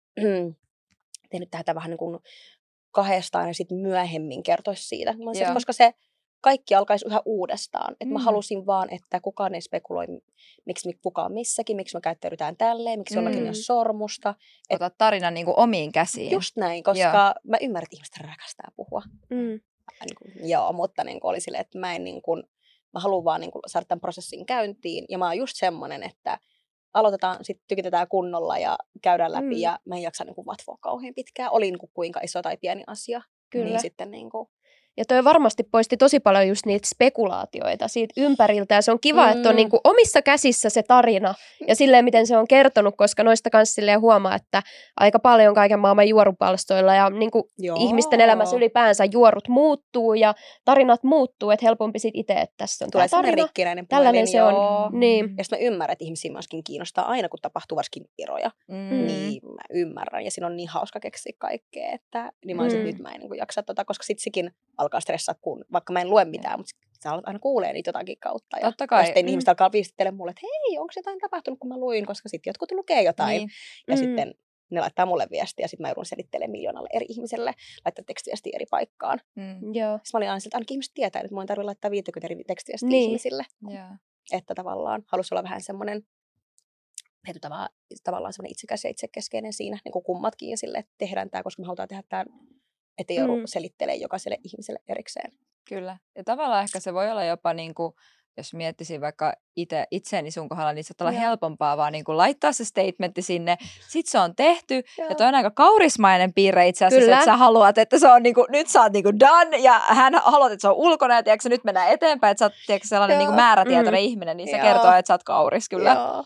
tehnyt tähän vähän niin kuin kahdestaan ja sitten myöhemmin kertoisi siitä. Mä olisin, koska se kaikki alkaisi yhä uudestaan. Että mm. mä halusin vaan, että kukaan ei spekuloi, miksi kukaan on missäkin, miksi me käyttäydytään tälleen, miksi mm. jollakin on sormusta. Ota tarinan niin kuin omiin käsiin. Just näin, koska Joo. mä ymmärrän, että ihmiset rakastaa puhua. Mm. Niin kuin, joo, mutta niin kuin oli silleen, että mä en niin kuin, mä haluan vaan niin kuin saada tämän prosessin käyntiin. Ja mä oon just semmoinen, että aloitetaan, sitten tykitetään kunnolla ja käydään läpi. Mm. Ja mä en jaksa niin kuin vatvoa kauhean pitkään. Oli niin kuin kuinka iso tai pieni asia. Kyllä. Niin sitten niin kuin ja toi varmasti poisti tosi paljon just niitä spekulaatioita siitä ympäriltä. Ja se on kiva, mm. että on niinku omissa käsissä se tarina ja silleen, miten se on kertonut, koska noista kanssa silleen huomaa, että aika paljon kaiken maailman juorupalstoilla ja niinku ihmisten elämässä ylipäänsä juorut muuttuu ja tarinat muuttuu, että helpompi sit itse, että tässä on tulee tämä tarina. Rikkinäinen tällainen se on. Niin. Ja sitten mä ymmärrän, että ihmisiä myöskin kiinnostaa aina, kun tapahtuu varsinkin eroja. Mm. Niin mä ymmärrän. Ja siinä on niin hauska keksiä kaikkea, että niin mä mm. sit, nyt mä en niin jaksa tota, koska sit sekin alkaa stressaa, kun vaikka mä en lue mitään, mutta sä aina kuulee niitä jotakin kautta. Ja, Totta kai. ja sitten mm. ihmiset alkaa viestittelemaan mulle, että hei, onko jotain tapahtunut, kun mä luin, koska sitten jotkut lukee jotain. Niin. Ja mm. sitten ne laittaa mulle viestiä, ja sitten mä joudun selittelemään miljoonalle eri ihmiselle, laittaa tekstiviestiä eri paikkaan. Mm. Joo. Sitten mä olin aina siltä, että ainakin ihmiset tietää, että mä en tarvitse laittaa viisikymmentä eri tekstiviestiä niin. ihmisille. Yeah. Että tavallaan halusi olla vähän semmoinen Heti tavallaan, tavallaan semmoinen itsekäs ja itsekeskeinen siinä, niin kuin kummatkin, ja sille, että tehdään tämä, koska me halutaan tehdä tämä, ettei joudu mm. selittelemään jokaiselle ihmiselle erikseen. Kyllä. Ja tavallaan ehkä se voi olla jopa, niin kuin, jos miettisin vaikka ite, itseäni sun kohdalla, niin se on olla helpompaa vaan niin kuin laittaa se statementti sinne. Sitten se on tehty. Joo. Ja toi on aika kaurismainen piirre itse asiassa, Kyllä. että sä haluat, että se on niin kuin, nyt sä oot niin kuin done, ja hän haluat, että se on ulkona, ja tiedätkö, nyt mennään eteenpäin, että sä oot tiedätkö, sellainen niin kuin määrätietoinen mm. ihminen, niin se Joo. kertoo, että sä oot kauris kyllä. Joo.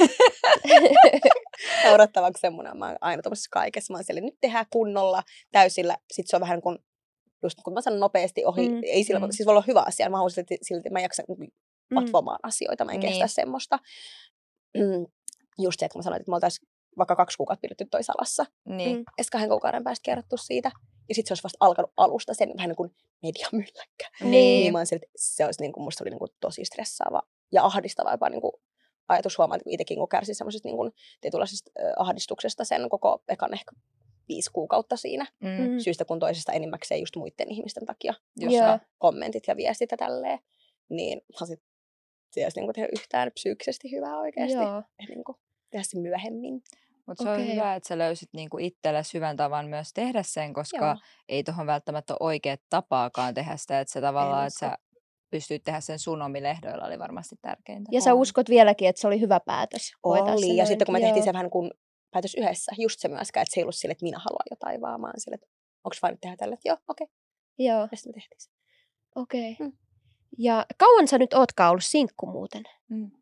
Odottavaksi semmoinen, mä oon aina tuollaisessa kaikessa. Mä oon siellä, nyt tehdään kunnolla, täysillä. Sitten se on vähän kuin, just kun mä sanon nopeasti ohi, mm. ei sillä, mm. siis voi olla hyvä asia. Mä haluaisin silti, silti mä en jaksa vatvomaan mm. asioita, mä en kestä niin. semmoista. Mm. Just se, että kun mä sanoin, että me oltaisiin vaikka kaksi kuukautta pidetty toi salassa. Niin. Mm. Ja kahden kuukauden päästä kerrottu siitä. Ja sitten se olisi vasta alkanut alusta sen vähän niin kuin mediamylläkkä. Niin. niin mä oon silti, se olisi niin kuin, musta oli niin kuin tosi stressaava ja ahdistava jopa niin kuin ajatus huomaa, että itsekin kun kärsin semmoisesta niin kuin tietynlaisesta äh, ahdistuksesta sen koko ekan ehkä viisi kuukautta siinä. Mm. Syystä kun toisesta enimmäkseen just muiden ihmisten takia. Just yeah. kommentit ja viestit ja tälleen. Niin sit, se olisi niin kuin tehdä yhtään psyykkisesti hyvää oikeasti. Niin kuin tehdä se myöhemmin. Mutta se okay. on hyvä, että sä löysit niinku itsellesi hyvän tavan myös tehdä sen, koska Joo. ei tuohon välttämättä ole oikea tapaakaan tehdä sitä. Että se tavallaan, että sä pystyit tehdä sen sun omilehdoilla, oli varmasti tärkeintä. Ja sä uskot vieläkin, että se oli hyvä päätös. Oli, ja sitten kun me Joo. tehtiin se vähän kuin päätös yhdessä, just se myöskään, että se ei ollut sille, että minä haluan jotain, vaan mä sille, että onko vain tehdä tälle, että joo, okei. Okay. Joo. Ja sitten me tehtiin se. Okei. Okay. Mm. Ja kauan sä nyt ootkaan ollut sinkku muuten? Mm.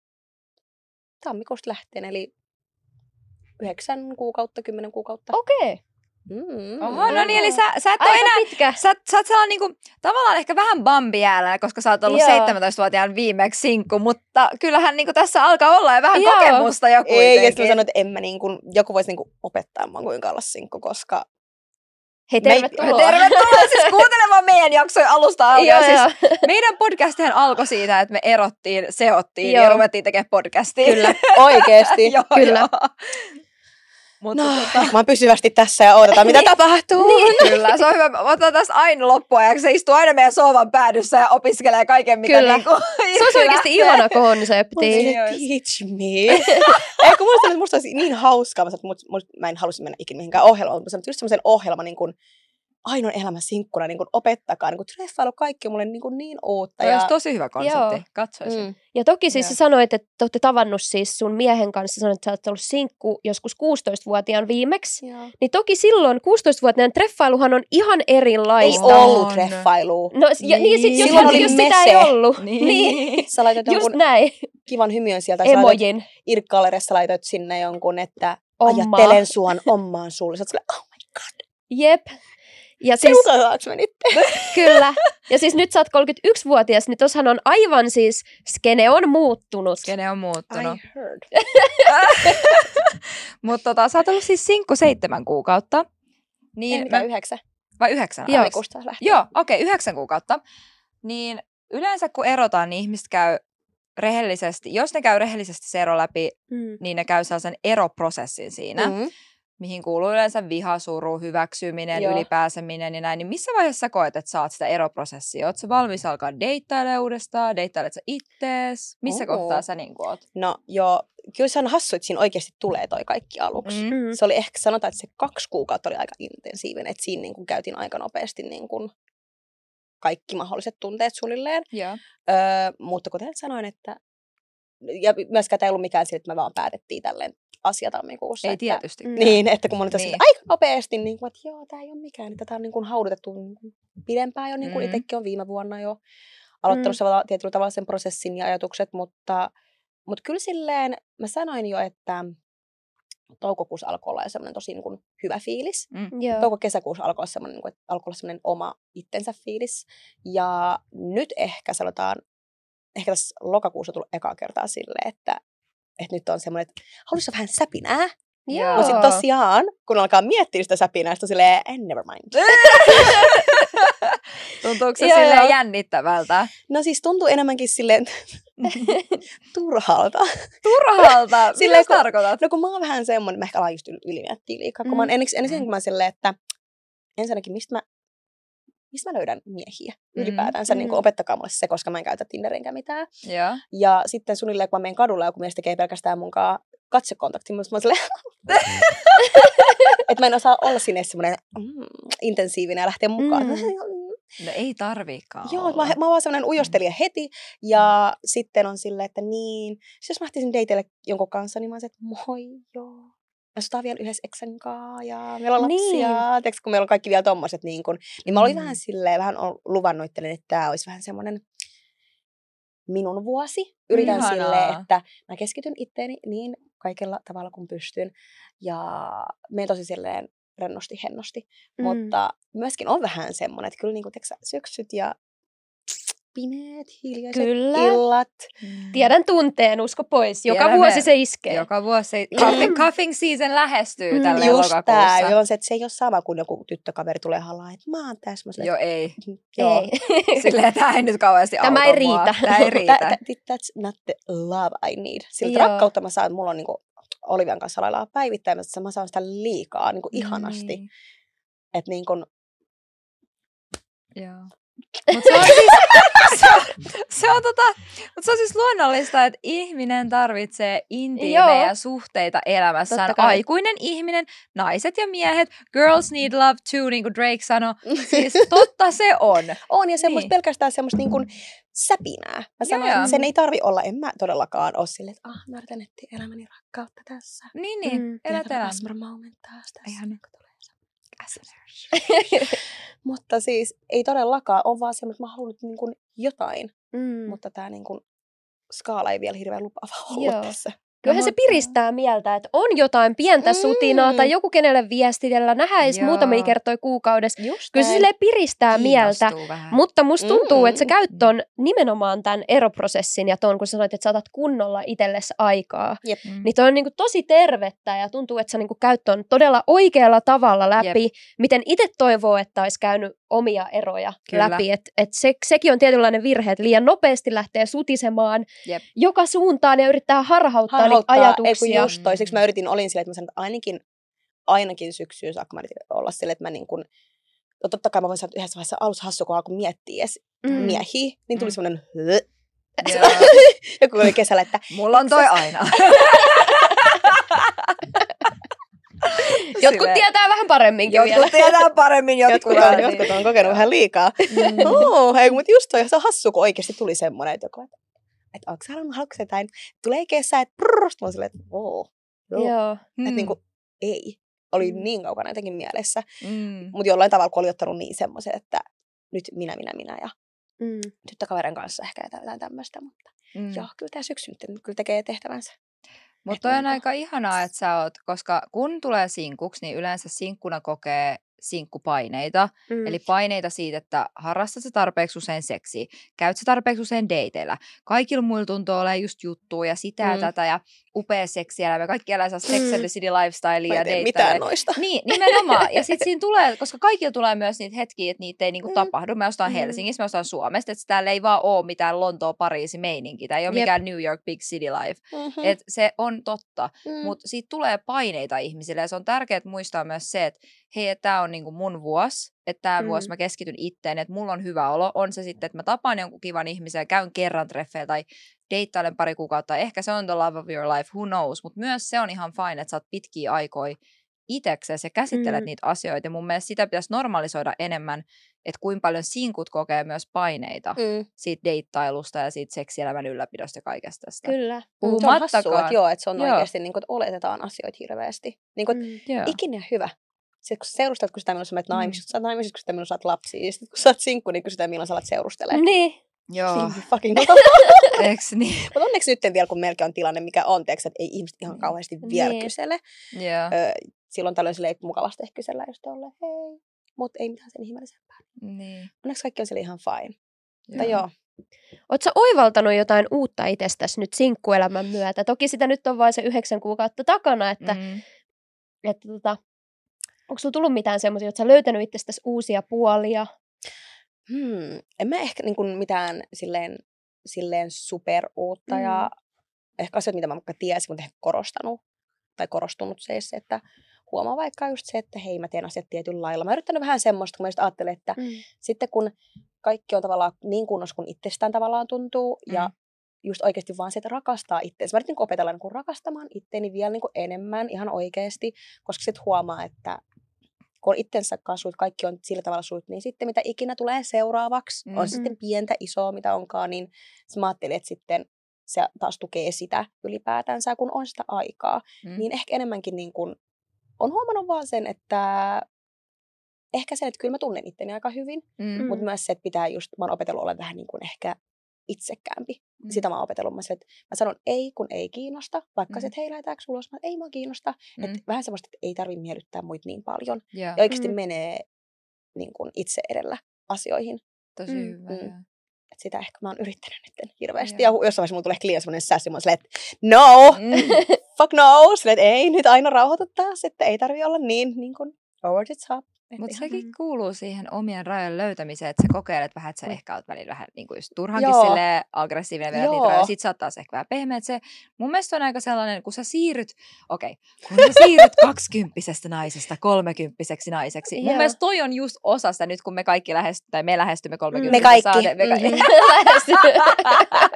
Tammikuusta lähtien, eli yhdeksän kuukautta, kymmenen kuukautta. Okei. Okay. Mm. Oho, no niin, eli sä, sä et ole enää, pitkä. Sä, sä oot sellainen niinku, tavallaan ehkä vähän bambi jäällä, koska sä oot ollut Joo. seitsemäntoistavuotiaan viimeksi sinkku, mutta kyllähän niinku tässä alkaa olla jo vähän Joo. kokemusta jo kuitenkin. Ei, ja sitten mä sanoin, että en mä niinku, joku voisi niinku opettaa mua kuinka olla sinkku, koska hei, tervetuloa. Me, tervetuloa siis kuuntelemaan meidän jaksoja alusta alkaen. Siis meidän podcastihan alkoi siitä, että me erottiin, seottiin Joo. ja ruvettiin tekemään podcastia. Kyllä, oikeesti. Joo, Kyllä. Jo. Mutta no, tota... mä oon pysyvästi tässä ja odotetaan, mitä tapahtuu. Niin. Kyllä, se on hyvä. Mä otan tästä aina loppuajaksi. Se istuu aina meidän sohvan päädyssä ja opiskelee kaiken, mitä Kyllä. niinku se olisi oikeasti ihana konsepti. Teach me. Ei, kun musta, musta olisi niin hauskaa. Mä, musta, musta, mä en halusi mennä ikinä mihinkään ohjelmaan, mutta mä sanoin, että just semmoisen ohjelman niin kuin ainoan elämän sinkkuna, niin kuin opettakaa, niin kuin treffailu kaikki on mulle niin, kuin niin uutta. Toi ja... olisi tosi hyvä konsepti, katsoisin. Mm. Ja toki siis sä sanoit, että te olette tavannut siis sun miehen kanssa, sanoit, että sä oot ollut sinkku joskus kuusitoistavuotiaan viimeksi. Joo. Niin toki silloin kuusitoistavuotiaan treffailuhan on ihan erilaista. Ei ollut treffailua. No ja, niin, niin sit just, just, just sitä ei ollut. Niin. niin. Sä laitat just näin. Kivan hymiön sieltä. Emojin. Irkkaleressa laitat sinne jonkun, että Oma. ajattelen suon omaan sulle. Sä oot silleen, oh my god. Jep. Ja siis, Seuraavaanko me nyt? Kyllä. Ja siis nyt sä oot kolmekymmentäyksivuotias, niin tossahan on aivan siis, skene on muuttunut. Skene on muuttunut. I heard. Mutta tota, sä oot ollut siis sinkku seitsemän kuukautta. Niin, Ei, mä... yhdeksän. Vai yhdeksän? Joo, Joo okei, okay, yhdeksän kuukautta. Niin yleensä kun erotaan, niin ihmiset käy rehellisesti, jos ne käy rehellisesti se ero läpi, mm. niin ne käy sellaisen eroprosessin siinä. Mm. Mihin kuuluu yleensä viha, suru, hyväksyminen, Joo. ylipääseminen ja näin. Niin missä vaiheessa sä koet, että saat sitä eroprosessia? Ootko sä valmis alkaa deittailla uudestaan? Deittailet sä ittees? Missä Oho. kohtaa sä niin oot? No joo, kyllä se on hassu, että siinä oikeasti tulee toi kaikki aluksi. Mm-hmm. Se oli ehkä, sanotaan, että se kaksi kuukautta oli aika intensiivinen. Että siinä niin kuin käytiin aika nopeasti niin kuin kaikki mahdolliset tunteet suunnilleen. Yeah. Öö, mutta kuten sanoin, että ja myöskään tämä ei ollut mikään sillä, että me vaan päätettiin tälleen asia tammikuussa. Ei tietysti. Niin, että kun mä nyt niin. aika nopeasti, niin kuin, että joo, tämä ei ole mikään. Että tämä on niin kuin haudutettu pidempään jo, niin kuin mm. itsekin on viime vuonna jo aloittanut mm. tietyllä tavalla sen prosessin ja ajatukset. Mutta, mutta kyllä silleen, mä sanoin jo, että toukokuussa alkoi olla semmoinen tosi niin kuin hyvä fiilis. Mm. Touko-kesäkuussa alkoi, semmoinen, niin kuin, alkoi olla semmoinen oma itsensä fiilis. Ja nyt ehkä sanotaan, ehkä tässä lokakuussa tullut ekaa kertaa silleen, että että nyt on semmoinen, että haluaisi vähän säpinää. Joo. Mutta sitten tosiaan, kun alkaa miettiä sitä säpinää, sitten on silleen, eh, never mind. Tuntuuko se silleen jännittävältä? No siis tuntuu enemmänkin silleen turhalta. Turhalta? Mitä sä tarkoitat? No kun mä oon vähän semmoinen, mä ehkä alan just ylimiettiä liikaa. Mm. Kun mä oon ensin, ensin kun mä oon silleen, että ensinnäkin mistä mä, mistä mä löydän miehiä ylipäätänsä, mm. niin kuin opettakaa mulle se, koska mä en käytä Tinderinkään mitään. Ja, ja sitten suunnilleen, kun mä menen kadulla, joku mies tekee pelkästään munkaan katsekontakti. Mä oon silleen, että mä en osaa olla sinne semmoinen mm, intensiivinen ja lähteä mukaan. Mm. No ei tarviikaan. Joo, mä, mä oon vaan semmoinen ujostelija heti. Ja mm. sitten on silleen, että niin. Siis jos mä lähtisin dateille jonkun kanssa, niin mä oon se, että moi joo. Me asutaan vielä yhdessä eksän kaa ja meillä on lapsia. Niin. Teekö, kun meillä on kaikki vielä tommoset. Niin, kun, niin mä olin mm. vähän silleen, vähän luvannut itselleni, että tää olisi vähän semmoinen minun vuosi. Yritän Ihanaa. Silleen, että mä keskityn itteeni niin kaikella tavalla kuin pystyn. Ja menen tosi silleen rennosti, hennosti. Mm. Mutta myöskin on vähän semmoinen, että kyllä niin kuin, teksä, syksyt ja pimeät, hiljaiset kyllä. illat. Mm. Tiedän tunteen, usko pois. Joka Tiedämme. Vuosi se iskee. Joka vuosi se cuffing, cuffing season lähestyy mm. tällä Just lokakuussa. Tää, on se, että se ei ole sama kuin joku tyttökaveri tulee halaa, että mä oon tässä. Joo, ei. Joo. Ei. Silleen, tää ei nyt kauheasti auta Tämä ei riitä. Tämä ei riitä. That's not the love I need. Siltä Joo. rakkautta mä saan, että mulla on niinku Olivian kanssa laillaan päivittäin, mutta mä saan sitä liikaa niinku ihanasti. Mm. Että niin kuin... Joo. Mutta se on siis, se on, se on, tota, mut se on siis luonnollista, että ihminen tarvitsee intiimejä Joo. suhteita elämässään. Aikuinen ihminen, naiset ja miehet, girls need love too, niin kuin Drake sanoi. Siis totta se on. On, ja semmoista niin. pelkästään semmoista niin kuin säpinää. Mä sanon, että sen ei tarvi olla, en mä todellakaan ole silleen, että ah, mä yritän etsiä elämäni rakkautta tässä. Niin, niin, mm. elät elämä. Asmar moment taas tässä. Ihan niin. Mutta siis ei todellakaan, on vaan semmoinen, että mä haluan nyt niin kuin jotain, mm. mutta tämä niin kuin skaala ei vielä hirveän lupaava olla tässä. Kyllähän se piristää mieltä, että on jotain pientä mm. sutinaa tai joku kenelle viestitellä, nähdään edes muutamia kertoja kuukaudessa. Just Kyllä se silleen piristää mieltä, vähän. Mutta musta tuntuu, mm. että sä käyt ton nimenomaan tämän eroprosessin ja ton, kun sä sanoit, että sä otat kunnolla itsellesi aikaa. Jep. Niin toi on niinku tosi tervettä ja tuntuu, että sä niinku käyt ton todella oikealla tavalla läpi, Jep. miten itse toivoo, että olisi käynyt omia eroja Kyllä. läpi. Että et se, sekin on tietynlainen virhe, että liian nopeasti lähtee sutisemaan Jep. joka suuntaan ja yrittää harhauttaa, harhauttaa niitä ajatuksia. Just toi. Siksi mä yritin, olin silleen, että mä sanon, että ainakin, ainakin syksyyn saakka mä yritin olla silleen, että mä niin kuin, no totta kai mä voin sanoa, että yhdessä vaiheessa alussa hassu, kun alkoi miettiä edes mm. miehiä, niin tuli mm. semmoinen joku oli kesällä, että mulla on toi aina. Jotkut Sille. Tietää vähän paremminkin Jotkut vielä. tietää paremmin, jotkut, jotkut, on, jotkut on kokenut vähän liikaa. Mm. Oh, hei, mutta just toi, se on hassu, kun oikeasti tuli semmoinen, että joku, että, että onko sä halunnut, haluatko jotain, tulee kesä, että prrrst, mä oon silleen, että oo, joo. joo. Että mm. niin kuin, ei, oli mm. niin kaukana jotenkin mielessä. Mm. Mutta jollain tavalla, kun oli ottanut niin semmoisen, että nyt minä, minä, minä ja mm. tyttökaverin kanssa ehkä jotain tämmöistä, mutta mm. joo, kyllä tämä syksy nyt kyllä tekee tehtävänsä. Mutta toi on aika ihanaa, että sä oot, koska kun tulee sinkuksi, niin yleensä sinkkuna kokee sinkkupaineita. Mm. Eli paineita siitä, että harrastat sä tarpeeksi usein seksiä, käyt sä tarpeeksi usein dateilla. Kaikilla muilla tuntuu olemaan just juttua ja sitä ja mm. tätä ja upea seksielämä. Kaikki elää saa Sex and the City lifestylea ja dateilla. Mitään noista. Niin, nimenomaan. Ja sit siinä tulee, koska kaikilla tulee myös niitä hetkiä, että niitä ei niinku mm. tapahdu. Me ostaan mm. Helsingissä, me ostaan Suomesta, että täällä ei vaan ole mitään Lontoa, Pariisi meininki. Tai ei ole Jep. mikään New York Big City Life. Mm-hmm. Et se on totta. Mm. Mutta siitä tulee paineita ihmisille ja se on tärkeää muistaa myös se, että hei, että tämä on niinku mun vuosi, että tämä mm. vuosi mä keskityn itteen, että mulla on hyvä olo. On se sitten, että mä tapaan jonkun kivan ihmisen ja käyn kerran treffeillä tai deittailen pari kuukautta. Ehkä se on the love of your life, who knows. Mutta myös se on ihan fine, että sä oot pitkiä aikoja itseksesi ja käsittelet mm. niitä asioita. Ja mun mielestä sitä pitäisi normalisoida enemmän, että kuinka paljon sinkut kokee myös paineita mm. siitä deittailusta ja siitä seksielämän ylläpidosta ja kaikesta tästä. Kyllä. Puhumattakaan. Se on hassua, että joo, että se on joo. oikeasti, niin kuin, että oletetaan asioita hirveästi. Niin kuin, mm. ikinä hyvä. Sitten kun seurustelet, kun sitä milloin sä menet naimisiin, kun sä oot naimisissa, kun sitä milloin sä oot lapsia. Ja sitten kun sä oot sinkku, niin kysytään milloin sä alat seurustelemaan. Niin. Joo. Fucking Eiks niin? Mutta onneksi nyt vielä, kun melkein on tilanne, mikä on, teeksi, että ei ihmiset ihan kauheasti vielä niin. kysele. Yeah. Öö, silloin tällöin silleen mukavasti ehkä kysellään just tolleen, hei, mutta ei mitään sen ihmeellisempää. Niin. Onneksi kaikki on siellä ihan fine. Mutta joo. Ootko sä oivaltanut jotain uutta itsestäsi nyt sinkkuelämän myötä? Toki sitä nyt on vain se yhdeksän kuukautta takana, että, mm. että tota, onko sulla tullut mitään semmoisia, että sä löytänyt itsestäsi uusia puolia? Hmm. En mä ehkä niin kuin mitään silleen, silleen super uutta mm. ja ehkä asioita, mitä mä vaikka tiesin, mutta ehkä korostanut tai korostunut se, että huomaa vaikka just se, että hei, mä teen asiat tietyllä lailla. Mä oon yrittänyt vähän semmoista, kun mä just ajattelen, että mm. sitten kun kaikki on tavallaan niin kunnossa, kun itsestään tavallaan tuntuu mm. ja just oikeasti vaan se, että rakastaa itseensä. Mä yritin opetella niin rakastamaan itteeni vielä niin enemmän ihan oikeasti, koska sitten huomaa, että kun on itsensä kanssa, kaikki on sillä tavalla sujut, niin sitten mitä ikinä tulee seuraavaksi, mm. on sitten pientä, isoa, mitä onkaan, niin mä ajattelin, että sitten se taas tukee sitä ylipäätänsä, kun on sitä aikaa. Mm. Niin ehkä enemmänkin niin kuin, on huomannut vaan sen, että ehkä sen, että kyllä mä tunnen itteni aika hyvin, mm. mutta myös se, että pitää just, mä oon opetellut olla vähän niin kuin ehkä itsekäämpi. Mm. Sitä mä oon opetellut. Mä, se, että mä sanon ei, kun ei kiinnosta. Vaikka mm. se, että hei, lähdetäänkö ulos? Mä, ei mua kiinnosta. Mm. Että vähän semmoista, että ei tarvitse miellyttää muita niin paljon. Yeah. Ja oikeasti mm. menee niin kuin itse edellä asioihin. Tosi mm. hyvä. Mm. Et sitä ehkä mä oon yrittänyt nyt hirveästi. Yeah. Ja jossain vaiheessa mulla tulee ehkä liian semmoinen sässi. Mä oon silleen, että no, mm. fuck no. Silleen, että ei nyt aina rauhoita taas. Että ei tarvitse olla niin, niin kuin over the top. Mutta sekin kuuluu siihen omien rajojen löytämiseen, että sä kokeilet vähän, että sä mm. ehkä oot välillä vähän niin kuin just turhankin silleen aggressiivinen, vedät niitä rajoja, sit sä oot taas ehkä vähän pehmeä. Se, mun mielestä on aika sellainen, kun sä siirryt, okei, okay, kun sä siirryt kaksikymppisestä naisesta kolmekymppiseksi naiseksi. Mun mielestä toi on just osa sitä nyt, kun me kaikki lähestymme, tai me lähestymme kolmekymmentä. Me kaikki. Saade, me, ka-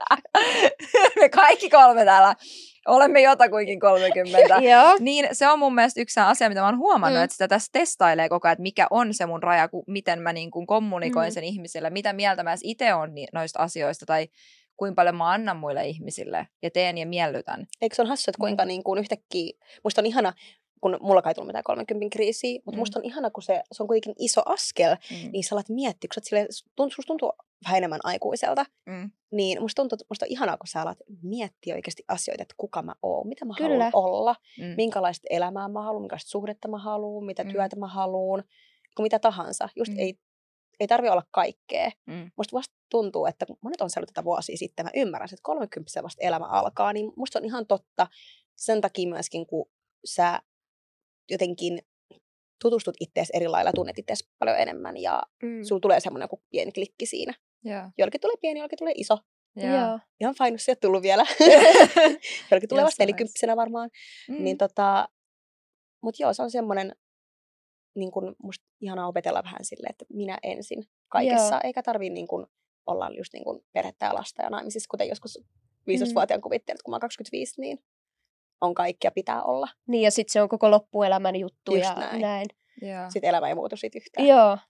me kaikki kolme täällä. Olemme jotakuinkin kolmekymmentä. Niin se on mun mielestä yksi asia, mitä mä oon huomannut, mm. että sitä tässä testailee koko ajan, että mikä on se mun raja, miten mä niin kuin kommunikoin mm. sen ihmisille, mitä mieltä mä itse on noista asioista tai kuinka paljon mä annan muille ihmisille ja teen ja miellytän. Eikö se on hassu, että kuinka niin kuin yhtäkkiä, musta on ihana, kun mulla ei tullut mitään kolmenkympin kriisiä, mutta mm. musta on ihana, kun se, se on kuitenkin iso askel, mm. niin sä alat miettiä, kun sä silleen, susta tuntuu vähän enemmän aikuiselta, mm. niin musta tuntuu, musta on ihanaa, kun sä alat miettiä oikeasti asioita, että kuka mä oon, mitä mä Kyllä. haluan olla, mm. minkälaista elämää mä haluan, minkälaista suhdetta mä haluan, mitä mm. työtä mä haluan, kun mitä tahansa. Just mm. ei, ei tarvitse olla kaikkea. Mm. Musta vasta tuntuu, että kun monet on seurannut tätä vuosia sitten, mä ymmärrän, että kolmekymmentä vasta elämä alkaa, niin musta on ihan totta sen takia myöskin, kun sä jotenkin tutustut itseäsi eri lailla, tunnet itseäsi paljon enemmän ja mm. sulla tulee semmoinen joku pieni klikki siinä. Yeah. Jollekin tulee pieni, jollekin tulee iso. Yeah. Ihan fine, jos se ei ole tullut vielä. Jollekin tulee vasta nelikymppisenä varmaan. Mm. Niin tota, mut joo, se on semmoinen, niin kun musta ihanaa opetella vähän silleen, että minä ensin kaikessa. Yeah. Eikä tarvii niin kun olla just niin kun perhettä ja lasta ja naimisissa, kuten joskus viisitoistavuotiaan mm. kuvittelin, kun mä oon kaksikymmentäviisi, niin on kaikkia pitää olla. Niin, ja sitten se on koko loppuelämän juttu Just ja näin. näin. Yeah. Sitten elämä ei muutu siitä yhtään. Joo.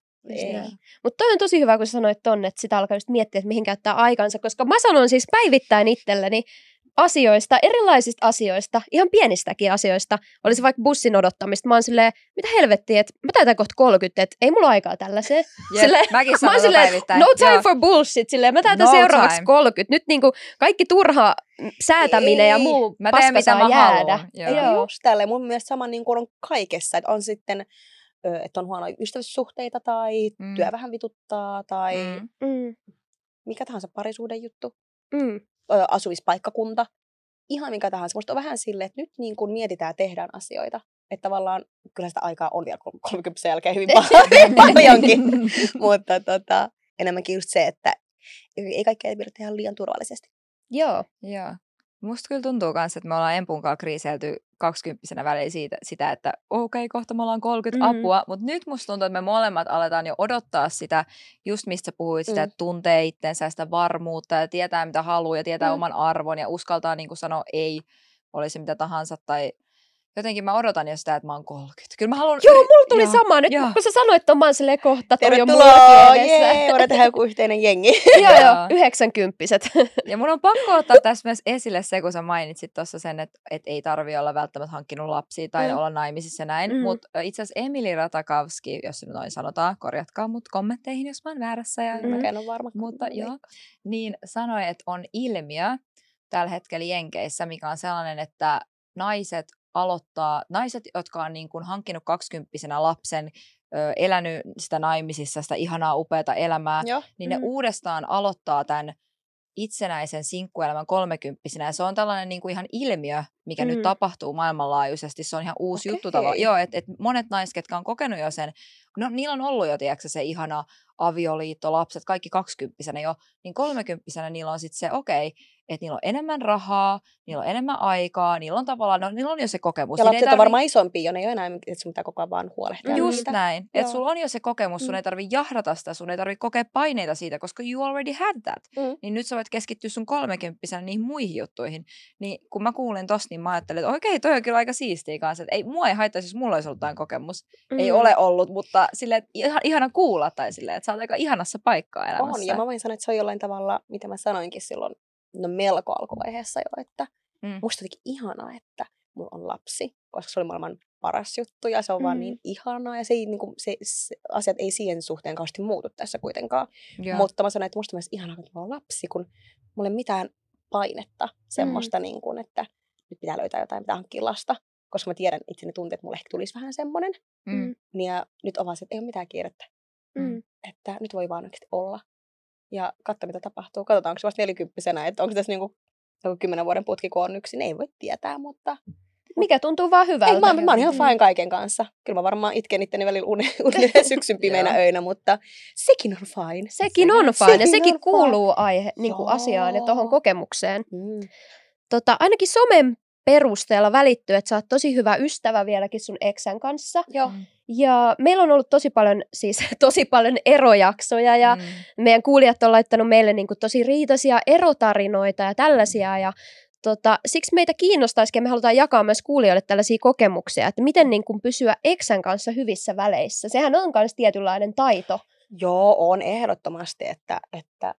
Mutta toi on tosi hyvä, kun sä sanoit tonne, että sitä alkaa just miettiä, että mihin käyttää aikansa, koska mä sanon siis päivittäin itselleni asioista, erilaisista asioista, ihan pienistäkin asioista, olisi vaikka bussin odottamista. Mä oon silleen, mitä helvettiä, että mä täytän kohta kolmekymmentä, että ei mulla aikaa tällaiseen. Yes, silleen, mäkin sanon silleen, päivittäin. No time Joo. for bullshit, silleen, mä täytän no seuraavaksi time. kolmekymmentä. Nyt niinku kaikki turha säätäminen ei. ja muu mä paska teen, saa jäädä. Joo. Joo. Just tälleen, mun mielestä sama niin kuin on kaikessa, että on sitten että on huonoja ystävyyssuhteita tai mm. työ vähän vituttaa tai mm. mikä tahansa parisuuden juttu, mm. asumispaikkakunta, ihan mikä tahansa. Musta on vähän silleen, että nyt niin kun mietitään ja tehdään asioita, että tavallaan kyllä sitä aikaa on vielä kolmekymmentä jälkeen hyvin paljonkin, mutta tota, enemmänkin just se, että ei kaikkea pidä tehdä liian turvallisesti. Joo, joo. Musta kyllä tuntuu myös, että me ollaan Empunkaan kriiseilty kaksikymppisenä välillä siitä, sitä, että okei, okay, kohta me ollaan kolmekymmentä mm-hmm. apua, mutta nyt musta tuntuu, että me molemmat aletaan jo odottaa sitä, just mistä puhuit, sitä, mm. että tuntee itsensä, sitä varmuutta ja tietää mitä haluaa ja tietää mm. oman arvon ja uskaltaa niin kuin sanoa ei, olisi mitä tahansa tai jotenkin mä odotan jo sitä, että mä oon kolmekymmentä. Kyllä mä haluan... Joo, mulla tuli joo, sama. Nyt joo. kun sä sanoit, että mä oon silleen kohta, toi on mullakin edessä. Jee, voidaan tehdä joku yhteinen jengi. joo, joo, yhdeksänkymppiset. Ja mun on pakko ottaa tässä myös esille se, kun sä mainitsit tuossa sen, että, että ei tarvi olla välttämättä hankkinut lapsia tai mm. olla naimisissa ja näin. Mm. Mutta itse asiassa Emily Ratakowski, jos se noin sanotaan, korjatkaa mut kommentteihin, jos mä oon väärässä. Ja mm. Mäkään on varma. Mutta joo, niin sanoi, että on ilmiö tällä hetkellä Jenkeissä, mikä on sellainen, että naiset aloittaa, naiset, jotka on niin kuin hankkinut kaksikymppisenä lapsen, ö, elänyt sitä naimisissa, sitä ihanaa upeata elämää, Joo. niin ne mm. uudestaan aloittaa tämän itsenäisen sinkkuelämän kolmekymppisenä. Ja se on tällainen niin kuin ihan ilmiö, mikä mm. nyt tapahtuu maailmanlaajuisesti. Se on ihan uusi okay. juttu tavallaan. Joo, että et monet naiset, ketkä on kokenut jo sen, no niillä on ollut jo, tiedätkö, se ihana avioliitto, lapset, kaikki kaksikymppisenä jo, niin kolmekymppisenä niillä on sitten se, okei, okay, että niillä on enemmän rahaa, niillä on enemmän aikaa, niillä on tavallaan, no, niillä on jo se kokemus. Ja lapset tarvi... on varmaan isompia, jo ne ei ole enää, että sun pitää koko ajan vaan huolehtia. Just niitä. näin, että sulla on jo se kokemus, sun mm. ei tarvitse jahdata sitä, sun ei tarvitse kokea paineita siitä, koska you already had that. Mm. Niin nyt sä voit keskittyä sun kolmekymppisenä niihin muihin juttuihin. Niin kun mä kuulen tosta, niin mä ajattelin, että okei, toi on kyllä aika siistiä kanssa. Että ei, mua ei haittaisi, jos mulla olisi ollut tämän kokemus. Mm. Ei ole ollut, mutta silleen, että ihana kuulla tai silleen, että sä oot aika ihanassa paikkaa elämässä. On, ja mä voin sanoa, että se on jollain tavalla, mitä mä sanoinkin silloin, no melko alkuvaiheessa jo, että mm. musta jotenkin ihanaa, että mulla on lapsi, koska se oli maailman paras juttu ja se on mm. vaan niin ihanaa ja se ei, niin kuin, se, se, asiat ei siihen suhteen kauheasti muutu tässä kuitenkaan. Yeah. Mutta mä sanoin, että musta myös ihanaa, että mulla on lapsi, kun mulla ei ole mitään painetta semmoista, mm. niin kuin, että nyt pitää löytää jotain, pitää hankkia lasta, koska mä tiedän itseni tunteet, että mulle ehkä tulisi vähän semmoinen. Mm. Ja nyt on vaan se, että ei ole mitään kiirettä. Mm. Että nyt voi vaan oikeasti olla. Ja katso, mitä tapahtuu. Katsotaan, onko se vasta nelikymppisenä, että onko tässä niinku kymmenen vuoden putki, kun on yksin. Ei voi tietää, mutta... Mikä tuntuu vaan hyvältä. Ei, mä, mä oon ihan fine kaiken kanssa. Kyllä mä varmaan itken itteni välillä unen, unen syksyn pimeinä öinä, mutta sekin on fine. Sekin on fine ja sekin on kuuluu aihe, niin kuin asiaan ja tuohon kokemukseen. Mm. Tota, ainakin somen perusteella välittyy, että sä oot tosi hyvä ystävä vieläkin sun eksän kanssa. Joo. Ja meillä on ollut tosi paljon, siis tosi paljon erojaksoja ja mm. meidän kuulijat on laittanut meille niin kuin tosi riitaisia erotarinoita ja tällaisia ja tota, siksi meitä kiinnostaisikin ja me halutaan jakaa myös kuulijoille tällaisia kokemuksia, että miten niin kuin pysyä eksän kanssa hyvissä väleissä. Sehän on myös tietynlainen taito. Joo, on ehdottomasti, että, että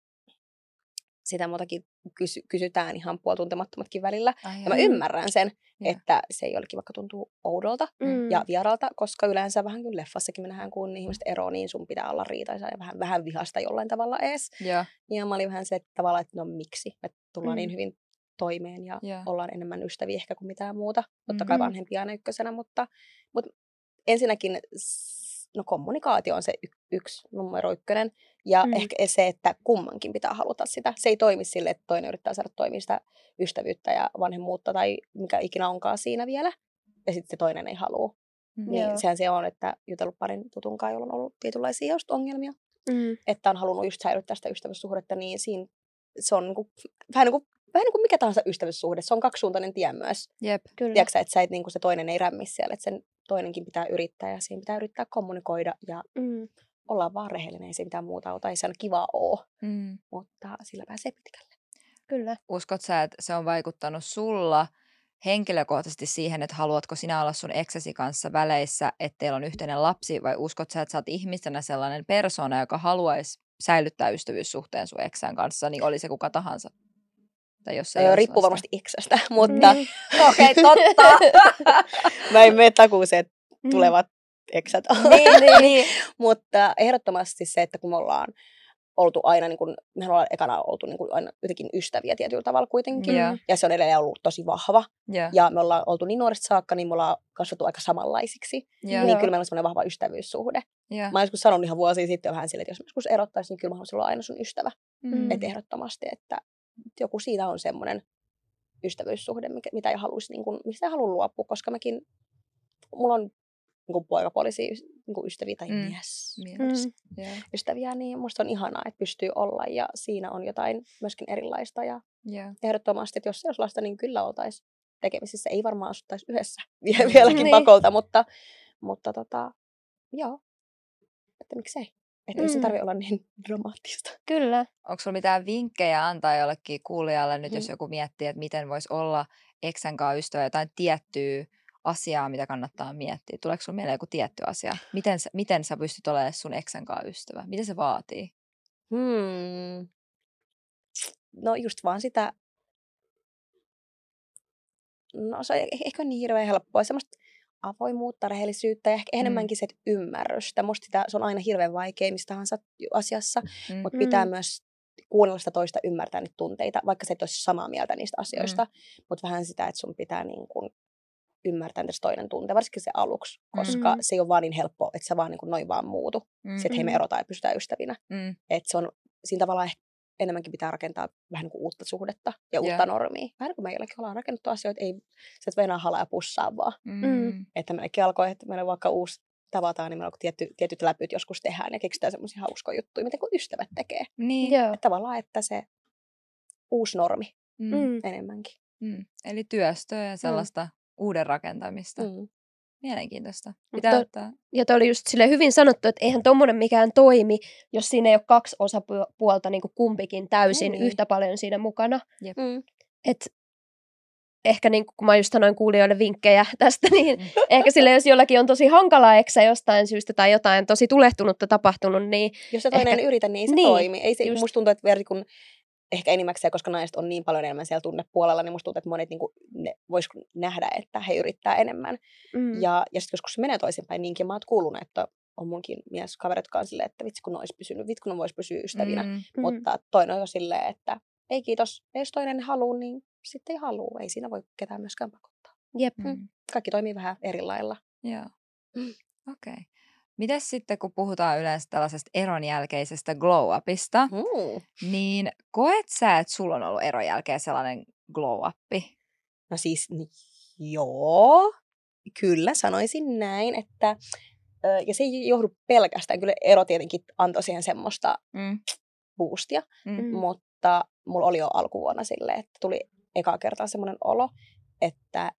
sitä muutakin kysy- kysytään ihan puoltuntemattomatkin välillä. Ai ja mä ymmärrän sen, ja. Että se jollekin vaikka tuntuu oudolta mm. ja vieraalta, koska yleensä vähän kuin leffassakin me nähdään, kun ihmiset eroo, niin sun pitää olla riitaisa ja vähän, vähän vihasta jollain tavalla ees. Ja, ja mä olin vähän se, että tavallaan, että no miksi? Me tullaan mm. niin hyvin toimeen ja, ja ollaan enemmän ystäviä ehkä kuin mitään muuta. Totta kai mm-hmm. vanhempia aina ykkösenä, mutta, mutta ensinnäkin no kommunikaatio on se y- yksi numero ykkönen. Ja mm. ehkä se, että kummankin pitää haluta sitä. Se ei toimi sille, että toinen yrittää saada toimia sitä ystävyyttä ja vanhemmuutta tai mikä ikinä onkaan siinä vielä. Ja sitten se toinen ei halua. Mm. Niin sehän se on, että jutellut parin tutunkaan, jolla on ollut tietynlaisia just ongelmia. Mm. Että on halunnut just säilyttää sitä ystävyyssuhdetta, niin siinä se on niinku, vähän niin kuin Vähän niin kuin mikä tahansa ystävyyssuhde. Se on kaksisuuntainen tie myös. Jep, kyllä. Tiedätkö, että sä et, niin kuin se toinen ei rämmi siellä. Että sen toinenkin pitää yrittää ja siinä pitää yrittää kommunikoida ja mm. olla vaan rehellinen. Ei se mitään muuta ole. Tai se on kivaa oo. Mm. Mutta sillä pääsee pitkälle. Kyllä. Uskot sä, että se on vaikuttanut sulla henkilökohtaisesti siihen, että haluatko sinä olla sun eksesi kanssa väleissä, että teillä on yhteinen lapsi? Vai uskot sä, että sä oot ihmisenä sellainen persoona, joka haluaisi säilyttää ystävyyssuhteen sun eksän kanssa, niin oli se kuka tahansa? Ei riippuu varmasti iksästä, mutta... Mm. Okei, okay, totta. Mä en mene takuuseen, että tulevat eksät. niin, niin, niin. Mutta ehdottomasti se, että kun me ollaan oltu aina, niin kun, mehän ollaan ekana oltu niin kun aina jotenkin ystäviä tietyllä tavalla kuitenkin. Yeah. Ja se on edelleen ollut tosi vahva. Yeah. Ja me ollaan oltu niin nuorista saakka, niin me ollaan kasvattu aika samanlaisiksi. Yeah. Niin kyllä meillä on semmoinen vahva ystävyyssuhde. Yeah. Mä oon joskus sanonut ihan vuosia sitten vähän silleen, että jos mä joskus erottaisin, niin kyllä mä haluaisin olla aina sun ystävä. Mm. Että ehdottomasti, että joku siitä on semmoinen ystävyyssuhde, mikä, mitä ei haluaisi, niin kuin, mistä ei halua luopua, koska mäkin, mulla on niin kuin poikapuolisia niin kuin ystäviä tai mm. mies, mies mm. yeah. ystäviä, niin musta on ihanaa, että pystyy olla ja siinä on jotain myöskin erilaista ja yeah. ehdottomasti, että jos ei olisi lasta, niin kyllä oltaisiin tekemisissä, ei varmaan asuttaisi yhdessä vieläkin niin. pakolta, mutta, mutta tota, joo, että miksei. Että ei se tarvitse olla niin dramaattista. Kyllä. Onko sulla mitään vinkkejä antaa jollekin kuulijalle nyt, mm. jos joku miettii, että miten voisi olla eksän kanssa ystävä, jotain tiettyä asiaa, mitä kannattaa miettiä? Tuleeko sulla mieleen joku tietty asia? Miten sä, miten sä pystyt olemaan sun eksän kanssa ystävä? Mitä se vaatii? Hmm. No just vaan sitä, no se on ehkä niin hirveän helppoa, semmoista avoimuutta, rehellisyyttä ja ehkä enemmänkin se ymmärrystä. Musta sitä, se on aina hirveän vaikea mistä tahansa asiassa, mm. mutta pitää mm. myös kuunnella sitä toista, ymmärtää niitä tunteita, vaikka se et olisi samaa mieltä niistä asioista, mm. mutta vähän sitä, että sun pitää niin kuin ymmärtää, että se toinen tuntee, varsinkin se aluksi, koska mm. se ei ole vaan niin helppoa, että sä vaan niin kuin noin vaan muutu. Mm. Se, että hei me erotaan ja pysytään ystävinä. Mm. Että se on, siinä tavallaan ehkä enemmänkin pitää rakentaa vähän niin kuin uutta suhdetta ja uutta yeah. normia. Vähän niin kuin meilläkin ollaan rakennettu asioita, ei sä et voi enää halaa ja pussaa vaan. Mm. Että meilläkin alkoi, että meillä on vaikka uusi tavataan, niin meillä on tietty, tietyt läpyt joskus tehdään ja keksitään semmoisia hauskoja juttuja, mitä kuin ystävät tekee. Niin. Että tavallaan, että se uusi normi Mm. enemmänkin. Mm. Eli työstöä ja sellaista mm. uuden rakentamista. Mm. Mielenkiintoista. Pitää Pitää to- ottaa. Ja toi oli just silleen hyvin sanottu, että eihän tommonen mikään toimi, jos siinä ei ole kaksi osapuolta niin kuin kumpikin täysin Niin. yhtä paljon siinä mukana. Jep. Mm. Et ehkä niin kun mä just sanoin kuulijoille vinkkejä tästä, niin Mm. ehkä sille jos jollakin on tosi hankala eksä jostain syystä tai jotain tosi tulehtunutta tapahtunut, niin Jos se toinen Ehkä- ei yritä, niin ei se niin, toimi. Ei se, just. musta tuntuu, että versi kun ehkä enimmäkseen, koska naiset on niin paljon enemmän siellä tunnepuolella, niin musta tuntuu, että monet niin kuin, ne vois nähdä, että he yrittää enemmän. mm. Ja, ja sitten joskus se menee toisinpäin, niinkin mä oon kuullut, että on munkin mieskaverit, jotka on silleen, että vitsi kun ne olisi pysynyt, vitsi kun ne vois pysyä ystävinä. Mm. Mm. Mutta toinen on jo silleen, että ei kiitos, ja jos toinen haluu, niin sitten ei halua. Ei siinä voi ketään myöskään pakottaa. Jep. Mm. Kaikki toimii vähän eri lailla. Joo. Mm. Okei. Okay. Mites sitten, kun puhutaan yleensä tällaisesta eron jälkeisestä glow-upista, Mm. niin koet sä, että sulla on ollut eron jälkeen sellainen glow-uppi? No siis, niin, joo, kyllä sanoisin näin, että, ö, ja se ei johdu pelkästään, kyllä ero tietenkin antoi siihen semmoista Mm. boostia, Mm. Mm. mutta mulla oli jo alkuvuonna silleen, että tuli ekaa kertaa semmoinen olo, että,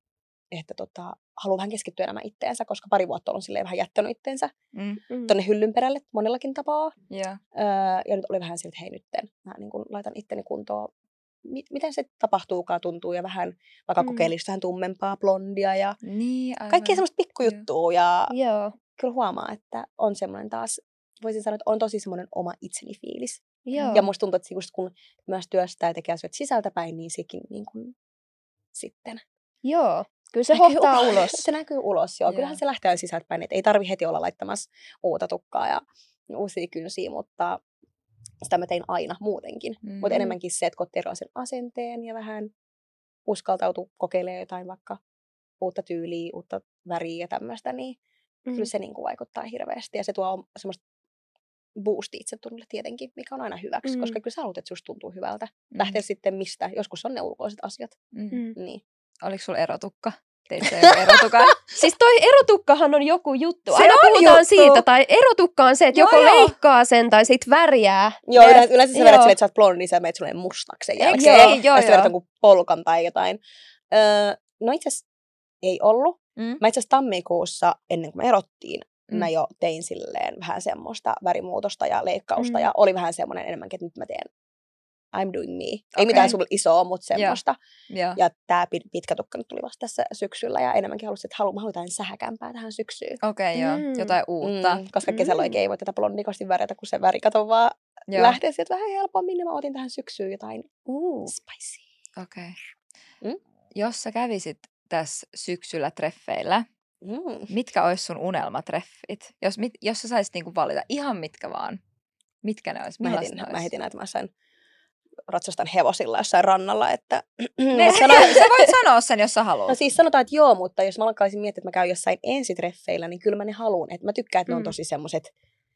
että tota, haluan vähän keskittyä enemmän itteensä, koska pari vuotta olen silleen vähän jättänyt itteensä Mm. Mm. tonne hyllyn perälle monellakin tapaa. Joo. Öö, ja nyt oli vähän siltä, että hei nytten mä niin kun laitan itteni kuntoon. Mi- miten se tapahtuukaan, tuntuu, ja vähän vaikka Mm. kokeilisi vähän tummempaa blondia ja Niin, aivan. kaikkea semmoista pikkujuttua. Ja Joo. kyllä huomaa, että on semmoinen taas, voisin sanoa, että on tosi semmoinen oma itseni fiilis. Joo. Ja musta tuntuu, että just kun myös työstää ja tekee asioita sisältäpäin, niin sekin niin kuin sitten Joo. Kyllä se näkyy hohtaa u- ulos. Se näkyy ulos, joo. Joo. Kyllähän se lähtee sisältäpäin, että ei tarvi heti olla laittamassa uutta tukkaa ja uusia kynsiä, mutta sitä mä tein aina muutenkin. Mm. Mutta enemmänkin se, että kun otti erilaisen asenteen ja vähän uskaltautuu kokeilemaan jotain vaikka uutta tyyliä, uutta väriä ja tämmöistä, niin Mm. kyllä se niin kuin vaikuttaa hirveästi. Ja se tuo semmoista boostia itsetunnolle tietenkin, mikä on aina hyväksi, Mm. koska kyllä sä haluat, että susta tuntuu hyvältä. Mm. Lähtee sitten mistä. Joskus on ne ulkoiset asiat. Mm. Mm. Niin. Oliko sulla erotukka? Teit sä joku erotukan? Siis toi erotukkahan on joku juttu. Se Aina on puhutaan juttu. siitä, tai erotukka on se, että Joo, joko joo. leikkaa sen tai sit värjää. Joo, Ja- yleensä, yleensä sä joo. vedät silleen, että sä oot blondi, niin sä menet silleen mustaksi sen Eikö jälkeen. joo, joo, ja sitten joo. vedät jonkun polkan tai jotain. Öö, no itse asiassa ei ollut. Mm. Mä itse asiassa tammikuussa, ennen kuin me erottiin, Mm. mä jo tein silleen vähän semmoista värimuutosta ja leikkausta. Mm. Ja oli vähän semmoinen enemmänkin, että nyt mä teen I'm doing me. Ei Okei. mitään sulle isoa, mutta semmoista. Joo. Ja tää pi- pitkä tukka nyt tuli vasta tässä syksyllä. Ja enemmänkin halusin, että haluan, mä haluan jotain sähäkämpää tähän syksyyn. Okei, okay, joo. Mm. Jotain uutta. Mm, koska kesällä Mm. oikein ei voi tätä blondikosti värjätä, kun se värikato vaan Joo. lähtee sieltä vähän helpommin. Niin mä otin tähän syksyyn jotain Uh. spicy. Okei. Mm? Jos sä kävisit tässä syksyllä treffeillä, Mm. mitkä olisi sun unelmatreffit? Jos, mit, jos sä saisit niinku valita ihan mitkä vaan, mitkä ne olisi? Mä Millaiset hetin, ne mä olisi? hetin näitä, mä sain ratsastan hevosilla jossain rannalla, että Ne, sano, sä voit sanoa sen, jos sä haluat. no siis sanotaan, että joo, mutta jos mä alkaisin miettiä, että mä käyn jossain ensitreffeillä, niin kyllä mä ne haluun. Että mä tykkään, että ne on Mm. tosi semmoiset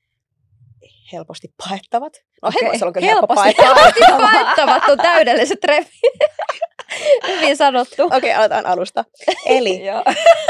helposti paettavat. No Okei, hevosilla on kyllä helppo helposti paettaa. Paettavat on täydelliset treffit. Hyvin sanottu. Okei, okay, aletaan alusta. Eli Joo.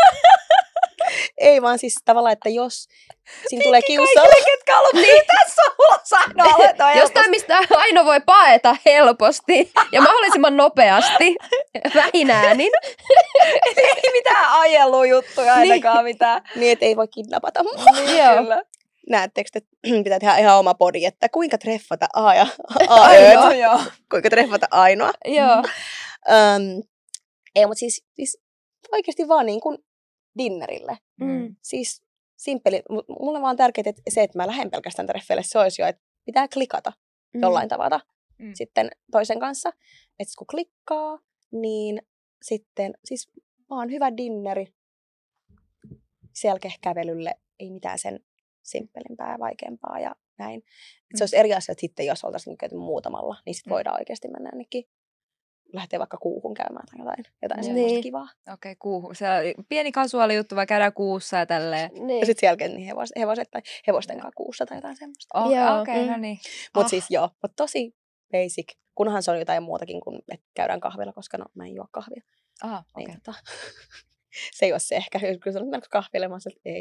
ei vaan siis tavallaan, että jos siinä tulee kiusaus. Kaikille, ketkä haluat niin tässä ulos ainoa aloittaa Jostain, mistä Aino voi paeta helposti ja mahdollisimman nopeasti, vähin äänin. Ei mitään ajelujuttuja ainakaan mitään. Niin, että ei voi kidnapata mua. Niin, Joo. kyllä. Näettekö, että pitää tehdä ihan oma podi, että kuinka treffata A ja A Ainoa, ööt, joo. kuinka treffata Ainoa. Joo. Öm, ei, mutta siis, siis oikeasti vaan niin kuin dinnerille. Mm. Siis simppeli. M- Mulle vaan on tärkeää, että se, että mä lähden pelkästään treffeille, se olisi jo, että pitää klikata Mm. jollain tavalla Mm. sitten toisen kanssa. Että kun klikkaa, niin sitten siis vaan hyvä dinneri. Sen jälkeen kävelylle ei mitään sen simppelimpää ja vaikeampaa ja näin. Et se olisi eri asia, että sitten jos oltaisiin käyty muutamalla, niin sitten Mm. voidaan oikeasti mennä ainakin lähteä vaikka kuuhun käymään tai jotain, jotain Niin. semmoista Niin. kivaa. Okei, kuuhu. Se on pieni kasuaali juttu, vai käydään kuussa ja tälleen. Niin. Ja sitten sen jälkeen niin hevos, hevoset tai hevosten kanssa kuussa tai jotain semmoista. Oh, Joo. Okei, okay, Mm. no niin. Mutta Ah. siis joo, mutta tosi basic. Kunhan se on jotain muutakin kuin, että käydään kahvilla, koska no mä en juo kahvia. Aha, Niin, okei. tota, se ei ole se ehkä, jos kyllä sanot, että kahville, mä sanoin, että ei.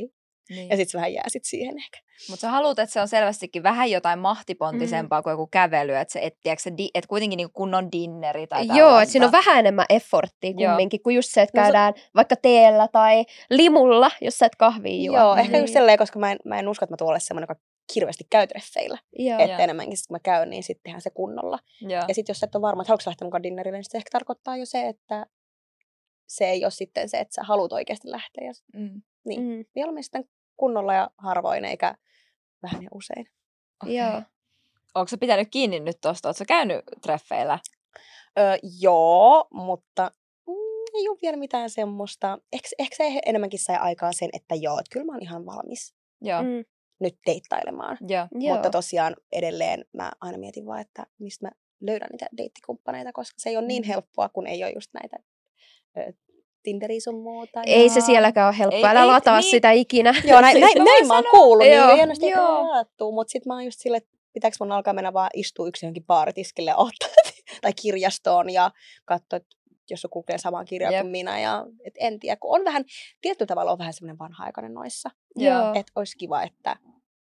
Niin. Ja sitten se vähän jää sit siihen ehkä. Mutta sä haluat, että se on selvästikin vähän jotain mahtipontisempaa mm. kuin joku kävely, että se, et, tiiäks, di, et kuitenkin niinku kunnon dinneri tai tällaista. Joo, että siinä on vähän enemmän efforttia kumminkin kuin just se, että käydään no, se... vaikka teellä tai limulla, jos sä et kahvia juo. Joo, ehkä just silleen, koska mä en, mä en usko, että mä tuolle semmoinen, joka hirveästi käy treffeillä. Joo. Että enemmänkin sit kun mä käyn, niin sitten tehdään se kunnolla. Joo. Ja sitten jos et ole varma, että haluatko lähteä mukaan dinnerille, niin se ehkä tarkoittaa jo se, että se ei ole sitten se, että sä haluat oikeasti lähteä. Ja... Mm. Niin, mm. mieluummin sitten kunnolla ja harvoin, eikä vähän ja usein. Okay. Joo. Onko sä pitänyt kiinni nyt tosta? Ootko sä käynyt treffeillä? Öö, joo, mutta mm, ei ole vielä mitään semmoista. Ehkä, ehkä se enemmänkin sai aikaan sen, että joo, että kyllä mä oon ihan valmis joo. Mm. nyt deittailemaan. Joo. Mutta tosiaan edelleen mä aina mietin vaan, että mistä mä löydän niitä deittikumppaneita, koska se ei ole niin helppoa, kun ei ole just näitä... Ö, Tinderi sun muuta. Ei se sielläkään ole helppoa. Älä lataa niin. sitä ikinä. Joo, näin, näin, näin mä oon kuullut. Niin hienosti, että ladattuu. Mutta sit mä oon just silleen, että pitääkö mun alkaa mennä vaan istua yksin johonkin baaritiskille ja ottaa tai kirjastoon ja katsoa, että jos joku lukee samaa kirjaa yep. kuin minä. Ja, et en tiedä, kun on vähän, tietyllä tavalla on vähän semmoinen vanha-aikainen noissa. Että olisi kiva, että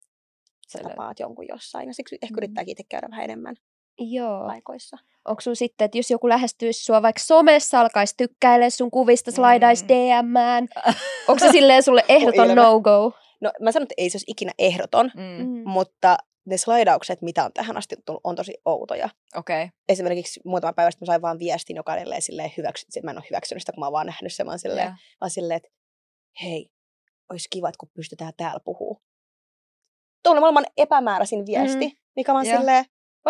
sä tapaat jonkun jossain. Ja siksi ehkä yrittääkin itse käydä vähän enemmän Joo. paikoissa. Onko sun sitten, että jos joku lähestyisi sua vaikka somessa, alkaisi tykkäilemään sun kuvista, slaidaisi mm. D M:ään, onko se silleen sulle ehdoton no-go? No mä sanon, että ei se olisi ikinä ehdoton, mm. mutta ne slaidaukset, mitä on tähän asti tullut, on tosi outoja. Okay. Esimerkiksi muutama päivä sitten mä sain vaan viestin, joka edelleen silleen hyväksy, mä en ole hyväksynyt sitä, kun mä oon vaan nähnyt sen, vaan silleen, yeah. vaan silleen että hei, olisi kiva, että kun pystytään täällä puhuu. Tuolla maailman epämääräisin viesti, mm. mikä vaan yeah. silleen,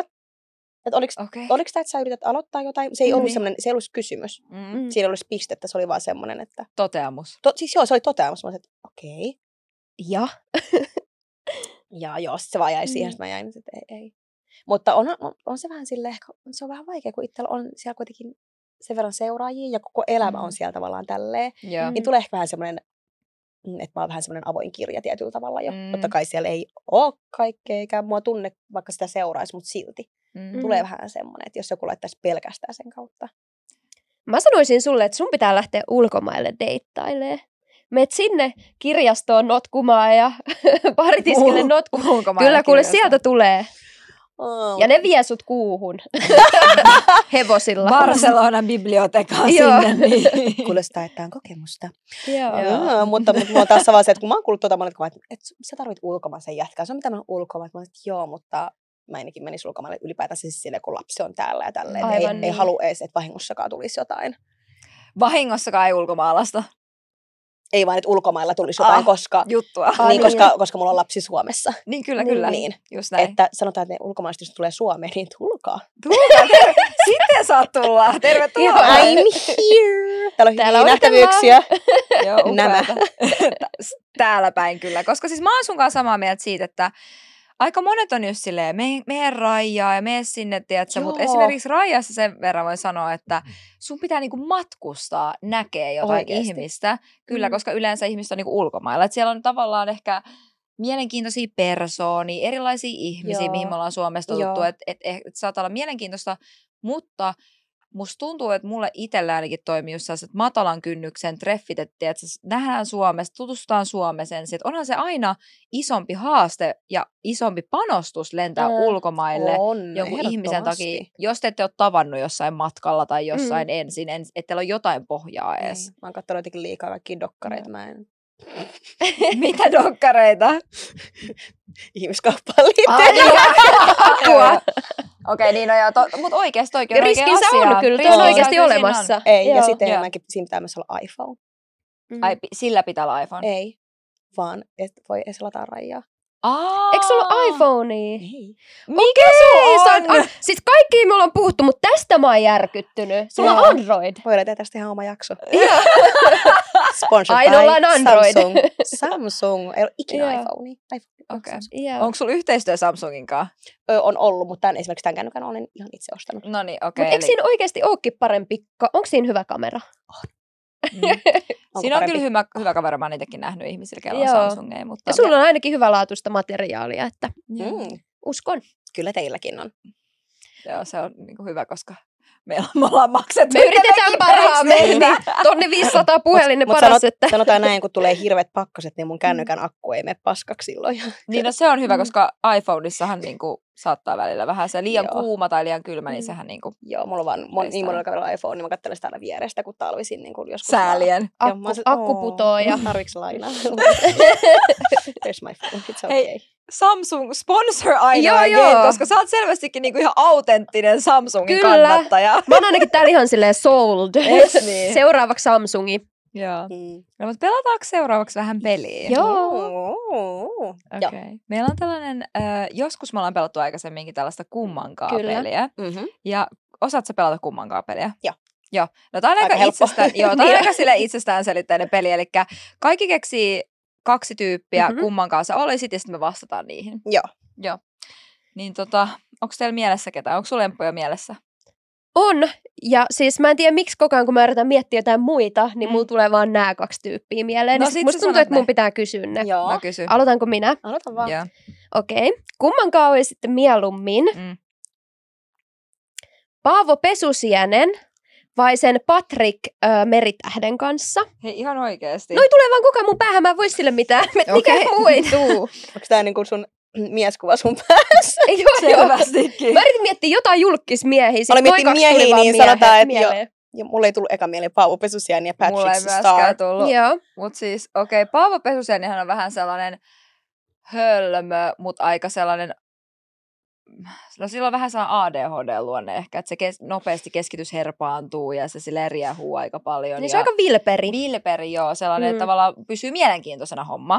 että oliko, okay. oliko tämä, että sä yrität aloittaa jotain? Se ei ollut, mm. se ei ollut kysymys. Mm. Siinä ei ollut pistettä, se oli vaan semmoinen, että... Toteamus. To, siis joo, se oli toteamus. Mä sanoin, että okei. Okay. Ja? ja joo, sitten se vaan jäi siihen, mm. että mä jäin, että ei, ei. Mutta on, on, on se vähän silleen, se on vähän vaikea, kun itsellä on siellä kuitenkin sen verran seuraajia ja koko elämä mm. on siellä tavallaan tälleen. Mm. Niin tulee ehkä vähän semmoinen, että mä oon vähän semmoinen avoin kirja tietyllä tavalla jo. Mm. Totta kai siellä ei ole kaikkea, eikä mua tunne, vaikka sitä seuraisi, mutta silti. Mm. Tulee vähän semmoinen, että jos joku laittaisi pelkästään sen kautta. Mä sanoisin sulle, että sun pitää lähteä ulkomaille deittailemaan. Meet sinne kirjastoon notkumaan ja baaritiskille uh, notkumaan. Kyllä, kuule, sieltä tulee. Oh. Ja ne vie sut kuuhun. Hevosilla. Barcelonan bibliotekaan sinne. Niin. Kuulostaa, että on kokemusta. Joo. Joo, mutta mulla on taas vaan se, että kun mä oon kuullut tuota monet, että, että sä tarvit ulkomaisen jätkää. Se on mitä mä oon ulkomaan. Mä oon, että joo, mutta mä ennenkin menis ulkomaille ylipäätään siis sille, kun lapsi on täällä ja tälleen. Ei, niin. ei halua edes, että vahingossakaan tulisi jotain. Vahingossakaan ei ulkomaalasta? Ei vaan, että ulkomailla tulisi jotain, ah, koska, juttua. Ah, niin, koska, koska mulla on lapsi Suomessa. Niin, kyllä, kyllä. Niin. Just näin. Että sanotaan, että ne ulkomaalaiset, jos tulee Suomeen, niin tulkaa. Tulkaa, ter- sitten saat tulla. Tervetuloa. I'm here. Täällä on Täällä hyviä nähtävyyksiä. Joo, nämä. Täällä päin kyllä. Koska siis mä oon sun kanssa samaa mieltä siitä, että aika monet on just silleen, mene, mene Raijaa ja mene sinne, tiedätkö, mutta esimerkiksi Raijassa sen verran voi sanoa, että sun pitää niinku matkustaa, näkee jotain oikeasti ihmistä. Kyllä, mm. koska yleensä ihmiset on niinku ulkomailla. Et siellä on tavallaan ehkä mielenkiintoisia persoonia, erilaisia ihmisiä, joo, mihin me ollaan Suomessa totuttu. Että et, et, et saattaa olla mielenkiintoista, mutta musta tuntuu, että mulle itsellä ainakin toimii just sellaiset matalan kynnyksen treffit, että nähdään Suomessa, tutustutaan Suomessa ensin. Että onhan se aina isompi haaste ja isompi panostus lentää mm. ulkomaille on, jonkun ihmisen takia, jos te ette ole tavannut jossain matkalla tai jossain mm. ensin, en, että teillä on jotain pohjaa edes. Ei. Mä oon katsonut jotenkin liikaa kaikkia dokkareita, mä en... Mitä dokkareita? Ihmiskauppaan liittyen. Okei, niin no joo, to, mutta oikeasti oikein oikea asia. Riskinsä on kyllä, tuo on oikeasti olemassa. Ei, joo, ja sitten enemmänkin siinä pitää myös olla iPhone. Mm. Ai, sillä pitää olla iPhone? Ei, vaan että voi edes lataa Raijaa. Aa. Eikö sulla ole iPhonea? Ei. Mikä sulla on? on? Siis kaikki me ollaan puhuttu, mutta tästä mä oon järkyttynyt. Sulla on Android. Voidaan tehdä tästä ihan oma jakso. Sponsored by Android. Samsung. Samsung. Ei ole ikinä yeah. iPhonea. iPhone. Okay. Yeah. Onko sulla yhteistyö Samsungin kanssa? Ö, on ollut, mutta tämän, esimerkiksi tämän kännykän olen ihan itse ostanut. No niin, okei. Okay, mutta eikö eli... siinä oikeasti olekin parempi? Onko siinä hyvä kamera? Oh. Mm. Siinä on parempi? Kyllä hyvä, hyvä kamera, mä oon itsekin nähnyt ihmisillä, kello on Samsungeja. Mutta... Ja sulla on ainakin hyvälaatuista materiaalia, että mm. uskon. Kyllä teilläkin on. Joo, se on niin kuin hyvä, koska meillä me ollaan maksettu. Me yritetään parhaamme. Tonni viisisataa puhelin ne mut paras, sanot, että... sanotaan näin, kun tulee hirveät pakkaset, niin mun kännykän akku ei mene paskaksi silloin. Niin no se on hyvä, koska iPhoneissahan niinku saattaa välillä vähän se liian Joo. kuuma tai liian kylmä, niin sehän niinku... Joo, mulla on vaan mon, niin monella kaverilla iPhone, niin mä katselen sitä aina vierestä, kun talvisin niin kun joskus... Säälien. Akku, Joo, akku putoo ja... Tarviks lainaa? There's my phone, it's okay. Hei, Samsung sponsor aina Joo, again, joo. koska sä oot selvästikin niinku ihan autenttinen Samsungin Kyllä. kannattaja. Mä oon ainakin täällä ihan silleen sold. Eiks niin? Seuraavaksi Samsungi. Joo. Mm. No, mutta pelataanko seuraavaksi vähän peliä? Joo. Oh. Okei. Okay. Meillä on tällainen, äh, joskus me ollaan pelattu aikaisemminkin tällaista kummankaan Kyllä. peliä. Mm-hmm. Ja osaatko sä pelata kummankaan peliä? Joo. Joo. No tää on aika, Aika helppo. itsestään, joo, tää on aika sille itsestäänselitteinen peli. Eli kaikki keksii kaksi tyyppiä, Mhm. kummankaan sä olisit, ja sitten me vastataan niihin. Joo. Joo. Niin tota, onko teillä mielessä ketään? Onko sulla lemppuja mielessä? On. Ja siis mä en tiedä, miksi koko ajan, kun mä yritän miettiä jotain muita, niin Mm. mulla tulee vaan nämä kaksi tyyppiä mieleen. No No, sit musta sä tuntuu, sanot että mun ne. pitää kysyä ne. Joo. No kysy. Aloitanko minä? Aloita vaan. Joo. Okei. Okay. Kummankaan olisi sitten mieluummin Mm. Paavo Pesusienen vai sen Patrick ö, Meritähden kanssa? Hei, ihan oikeesti. Noi tulee vaan koko ajan mun päähän, mä en voi sille mitään. Mikä Okei. muu ei tuu. Onko tää niinku sun mieskuva sun päässä? joo, joo. Selvästikin. Mä yritin miettiä jotain julkismiehiä. sit Mä olin noi miettinyt kaksi tuli miehiä, vaan niin miehe- sanotaan, että jo- mieleen. Ja mulle ei tullut eka mieleen Paavo Pesusieni ja Mulla ei Patrick myöskään Star. tullut. Joo. Mut siis, okei, okay, Paavo Pesusienihan on vähän sellainen hölmö, mutta aika sellainen, no sillä on vähän sellainen A D H D-luonne ehkä, että se kes- nopeasti keskitys herpaantuu ja se silleen riehuu aika paljon. Niin se on aika vilperi. Vilperi, joo, sellainen, Mm. että tavallaan pysyy mielenkiintoisena homma.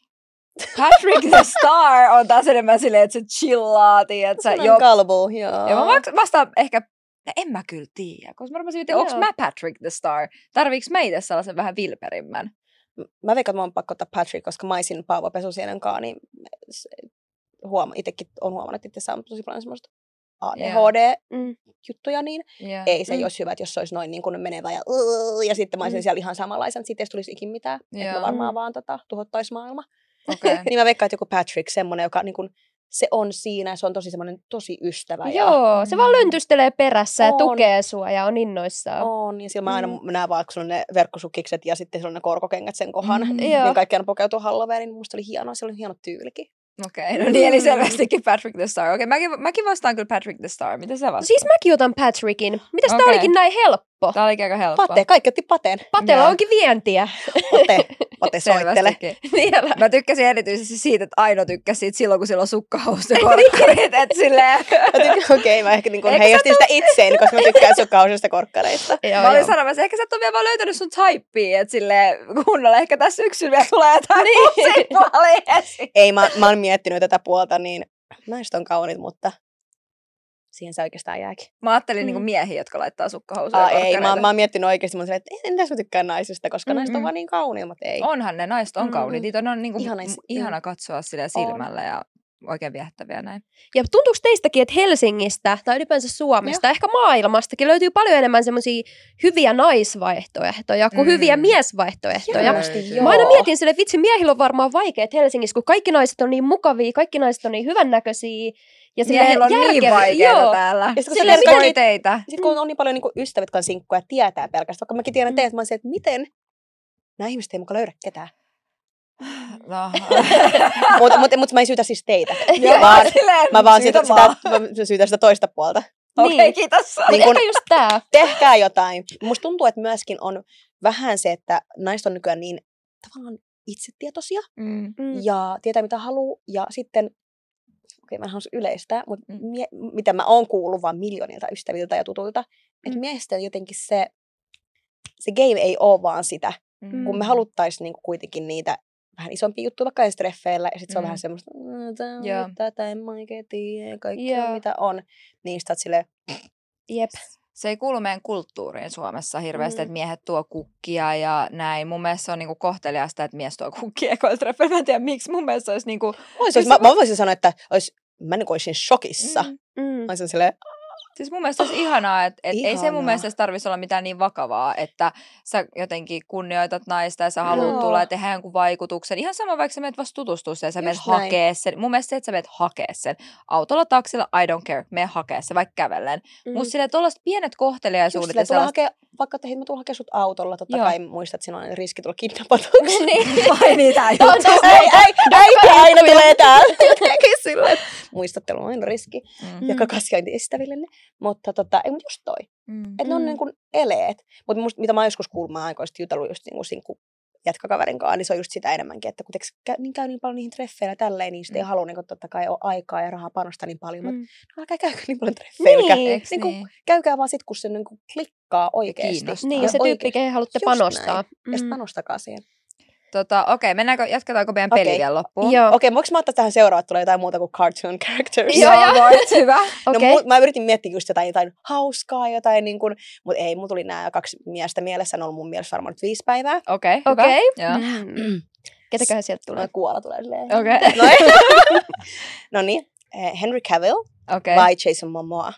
Patrick the Star on taas enemmän silleen, että se chillaa, tiedätkö? Se on Joo, gullible, joo. ja mä vast- vastaan ehkä, no en mä kyllä tiedä, koska mä rupesin, että onko Joo. mä Patrick the Star? Tarviiks meitä sellaisen vähän vilperimmän? Mä veikkaan, että mä oon pakko ottaa Patrick, koska mä olisin Paavo Pesusienen kaa, niin se- huoma, itekin on huomannut, että itse on tosi paljon semmoista A D H D-juttuja, Mm. niin Yeah. ei se Mm. ei olisi hyvä, että jos se olisi noin niin kuin menevä ja "Ugh", ja sitten mä olisin Mm. siellä ihan samanlaisen, siitä ei tulisi ikin mitään. Että Joo. mä varmaan Mm. vaan tota, tuhottaisi maailma. Okei. Niin mä veikkaan, että joku Patrick, semmoinen, joka niin kuin, se on siinä, se on tosi semmoinen tosi ystävä. Ja Joo, se vaan löntystelee perässä ja On. tukee sua ja on innoissaan. on, ja sillä mä aina Mm. näen vaan, kun sulla on ne verkkosukikset ja sitten sulla on ne korkokengät sen kohan. Mm. Niin Joo. kaikki aina pukeutuu Halloweeniin, niin musta oli hienoa, se oli hieno tyylikin. Okei, no niin, eli selvästikin Patrick the Star. Okei, mäkin, mäkin vastaan kyllä Patrick the Star. Mitä sä vastaat? Siis mäkin otan Patrickin. Mitäs Okei. tää olikin näin helppo? Tää olikin aika helppoa. Pate, kaikki otti pateen. Patella Joo. onkin vientiä. Pate, pate soittele. Selvästikin. Vielä. Mä tykkäsin erityisesti siitä, että Aino tykkäsi siitä silloin, kun sillä on sukkahousut ja korkkarit. Että silleen... Okei, okay, mä ehkä niin Eikö heijastin sitä itseeni, koska mä tykkään sukkahousista korkkareista. Joo, Mä olin joo. sanomassa, ehkä sä et ole vielä vaan löytänyt sun typea, että silleen kunnolla ehkä tässä syksyllä vielä tulee jotain niin. tosi paljon esiin. Ei, mä, mä oon miettinyt tätä puolta, niin naiset on kauniit, mutta siihen se oikeastaan jääkin. Mä ajattelin Mm. niinku miehiä, jotka laittaa sukkahousuja Aa, ja ei, mä, korkkareita. mä oon miettinyt oikeasti, mutta että entäs mä tykkään naisista, koska Mm, naiset on mm. vaan niin kauniita, mutta ei. Onhan ne, naiset on Mm, kauniit. mm. Niitä on, on niinku Ihana- ihana, ihana katsoa sille silmällä ja oikein viehättäviä näin. Ja tuntuuko teistäkin, että Helsingistä tai ylipäänsä Suomesta, ehkä maailmastakin löytyy paljon enemmän semmoisia hyviä naisvaihtoehtoja kuin Mm. hyviä miesvaihtoehtoja. Löytyy. Mä aina mietin sille, vitsi, miehillä on varmaan vaikeet Helsingissä, kun kaikki naiset on niin mukavia, kaikki naiset on niin hyvännäköisiä. Ja silleen Miehillä on niin järkeviä. vaikeaa Joo. täällä. Ja sit kun Silleen silleen voi mietit- teitä. Sitten kun on niin paljon niin kuin ystävät, jotka on sinkkuja ja tietää pelkästään, vaikka mäkin tiedän Mm. teidät, mä oon se, että miten nämä ihmiset ei muka löydä ketään. No. mutta mut, mut mä en syytä siis teitä. Joo, vaan, silleen, mä vaan syytä sitä, vaan. sitä, mä syytän sitä toista puolta. Okei, Niin. kiitos. Niin Niin kun- ehkä just tää. Tehkää jotain. Musta tuntuu, että myöskin on vähän se, että naiset on nykyään niin tavallaan itsetietoisia Mm. Mm. ja tietää mitä haluaa. Ja sitten, okei mä en halua yleistää, mutta Mm. mie, mitä mä oon kuullut vaan miljoonilta ystäviltä ja tutuilta, että Mm. miehistä jotenkin se, se game ei ole vaan sitä. Mm. Kun me haluttaisiin niinku kuitenkin niitä vähän isompia juttuja vaikka ensi treffeillä, ja sitten se on Mm. vähän semmoista, "Mm, tää on Joo. tätä, en mä oikein tiedä, kaikkea Joo. mitä on. Niin sit sä oot silleen, Jep. Se ei kuulu meidän kulttuuriin Suomessa hirveästi, Mm. että miehet tuo kukkia ja näin. Mun mielestä se on niinku kohteliasta, että mies tuo kukkia ekoilla treffeillä. Mä en tiedä miksi. Mun mielestä se olisi niinku... Ois, ois, mä, mä voisin sanoa, että ois, mä niin olisin shokissa. Mm. Mm. Mä olisin silleen, Siis mun mielestä olisi ihanaa, että et ei se mun Ihanaa. mielestä tarvitsisi olla mitään niin vakavaa, että sä jotenkin kunnioitat naista ja sä haluat Joo. tulla ja tehdä jonkun vaikutuksen. Ihan sama, vaikka sä menet vasta tutustua sen ja sä Just menet näin. hakee sen. Mun mielestä se, että sä menet hakee sen. Autolla, taksilla, I don't care. Mene hakee se, vaikka kävellen. Mm. Mutta silleen tuollaiset pienet Just kohteliaisuudet silleen, ja tulla sellaiset. hakea, vaikka että hei, mä tulen hakemaan sut autolla, totta Joo. kai muistat, että siinä on riski tulla kidnappatuksi. Niin. Vai niitä Totta. Ei, ei, äiti aina tulee täällä. Silleen, että muistattelu on aina riski. Mm. Ja kakaskäyntiystävillenne. Mutta tota, ei, mutta just toi. Mm. Että ne on Mm. niin kuin eleet. Mutta mitä mä oon joskus kuullut, mä oon aikoisesti jutellut just niin kuin sinkku jätkäkaverin kanssa, niin se on just sitä enemmänkin, että kun teks, käy, niin käy niin paljon niihin treffeillä tälleen, niin sitten ei Mm. halua niin kuin, totta kai ole aikaa ja rahaa panostaa niin paljon. Mm. Mm. Mutta älkää käykö niin paljon treffeillä. Niin. Eiks Niin kuin, niin? käykää vaan sit, kun se niin kuin klikkaa oikeasti. kiinnostaa. Niin, Ja se tyyppi, oikeasti. kehen haluatte Just panostaa. näin. Ja Mm. sitten panostakaa siihen. Tota, okei, okay, mennäänkö, jatketaanko meidän Okei. peli vielä loppuun? Joo, Okei, voinko mä ottaa tähän seuraavaan, että tulee jotain muuta kuin cartoon characters? Joo, joo. voit, hyvä. okei. No, mu- mä yritin miettiä just jotain, jotain hauskaa, jotain niin kuin, mutta ei, mulla tuli nämä kaksi miestä mielessä, ne on ollut mun mielestä varmaan nyt viisi päivää. Okei, okay, hyvä. Okei. Joo. Mm. Ketäköhän sieltä tulee? No, kuola tulee silleen. Okei. No, ei. No niin, eh, Henry Cavill Okei. vai Jason Momoa?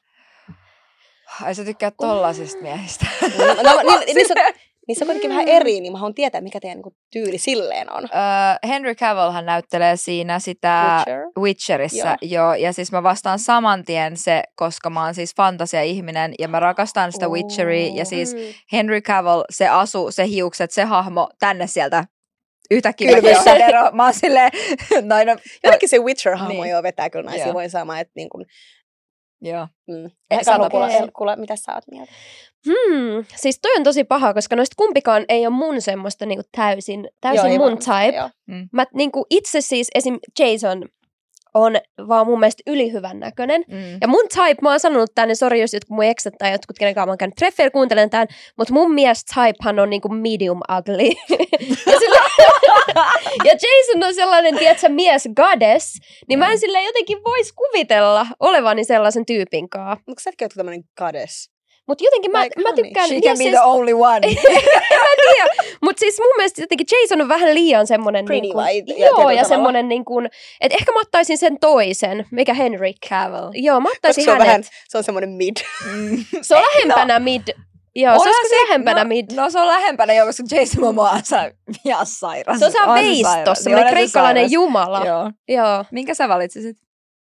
Ai sä tykkäät tollasista miehistä. No, no, niin, niissä, on, niissä on kuitenkin vähän eri, niin mä haluan tietää, mikä teidän niin kuin, tyyli silleen on. Uh, Henry Cavill hän näyttelee siinä sitä Witcher. Witcherissa, joo. joo. Ja siis mä vastaan saman tien se, koska mä oon siis fantasia-ihminen ja mä rakastan sitä Oh. Witcheria. Ja siis Mm. Henry Cavill, se asu, se hiukset, se hahmo, tänne sieltä yhtäkkiä Kylvyssä. mäkin oon ero. Mä oon silleen, no, no, Jotenkin se Witcher-hahmo Niin. joo vetää kyllä naisia, Joo. voi saamaan, että niin kuin, joo. mm. Eh, Karhu, sano kuule, pois. kuule, mitä sä oot mieltä? Hmm. Siis toi on tosi paha, koska noista kumpikaan ei ole mun semmoista niinku täysin, täysin ei mun varmasti, type. joo. Mä niinku itse siis esim. Jason on vaan mun mielestä ylihyvän näköinen. Mm. Ja mun type, mä oon sanonut tän, niin sori jos jotkut mun eksät tai jotkut, kenen kanssa mä oon käynyt treffeillä, kuuntelen tän, mutta mun mielestä typehan on niinku medium ugly. ja, sille, ja Jason on sellainen, tiedätkö, mies goddess, niin mä en silleen jotenkin vois kuvitella olevani sellaisen tyypin kaa. Mutta säkin oot tämmönen goddess. Mutta jotenkin mä, Like mä honey. tykkään... She niin can be siis- the only one. Mutta siis mun mielestä jotenkin Jason on vähän liian semmoinen... Pretty niinku, white ja joo, tietyllä ja tavalla. semmoinen niin kuin... Että ehkä mä ottaisin sen toisen, mikä Henry. Cavill. Joo, mä Koska ottaisin se on hänet. vähän, se on semmoinen mid. Mm. Se on lähempänä mid. Joo, se Onhan olisiko se lähempänä no, mid. No se on lähempänä jo, koska Jason Momoa on ihan sairas. Se on se On veistos, sairas. semmoinen Joo, on se kreikkalainen sairas. jumala. Joo. Joo. Joo. Minkä sä valitsisit?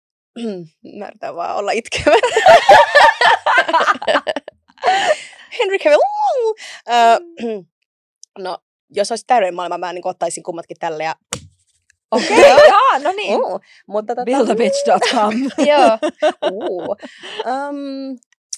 Mä yritän vaan olla itkevä. Henry Cavill. Uh, no, jos olisi täydellinen maailma, mä niin ottaisin kummatkin tälle. Ja, Okei, okay, jaa, no niin. uh, mutta tota, build a bitch dot com. Joo. uh, um,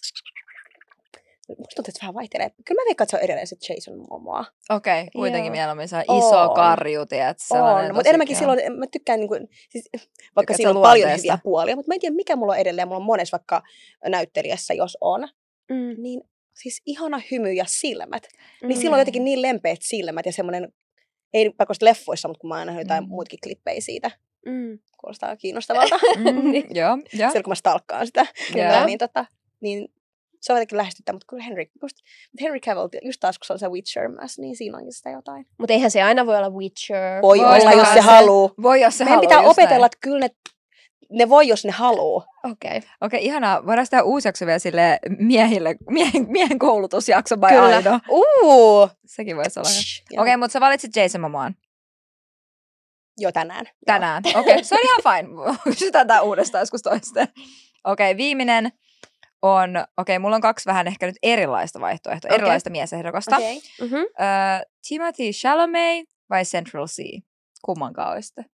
musta tuntuu, että se vähän vaihtelee. Kyllä mä veikkaan, että se on edelleen se Jason Momoa. Okei, okay, kuitenkin Joo. mieluummin se iso On. karju, tiedät. On, mutta enemmänkin silloin, mä tykkään, niin kuin, siis, vaikka Tykkäät siinä sä on paljon luonteesta? hyviä puolia, mutta mä en tiedä, mikä mulla on edelleen. Mulla on monessa vaikka näyttelijässä, jos on, Mm. niin siis ihana hymy ja silmät. Mm. Niin silloin on jotenkin niin lempeät silmät ja semmoinen, ei vaikka leffoissa, mutta kun mä oon nähnyt jotain Mm. muitakin klippejä siitä, Mm. kuulostaa kiinnostavalta. Mm, joo, joo. Silloin kun mä stalkkaan sitä, Joo. niin, tota, niin se on jotenkin lähestyttää, mutta kyllä Henry, just, Henry Cavill, just taas kun se on se Witcher myös, niin siinä onkin sitä jotain. Mutta eihän se aina voi olla Witcher. Voi Voi olla, jos se. se haluu. Voi, jos se Meidän haluaa, pitää just opetella, näin. että kyllä ne, ne voi, jos ne haluu. Okei. Okay. Okei, ihanaa. Voidaan sitä uusi jakso vielä sille miehille, miehen, miehen koulutusjakso by Kyllä. Aido. Uu! Sekin voisi olla. Joo. Okei, mutta sä valitsit Jason Momoan Jo tänään. tänään. Okei, okay, se on ihan fine. Kysytään tää uudestaan joskus toisten. Okei, okay, viimeinen on, okei, okay, mulla on kaksi vähän ehkä nyt erilaista vaihtoehtoa, Okei. erilaista miesehdokasta. Okei. Mm-hmm. Ö, Timothy Chalamet vai Central C? Kummankaan olisitte?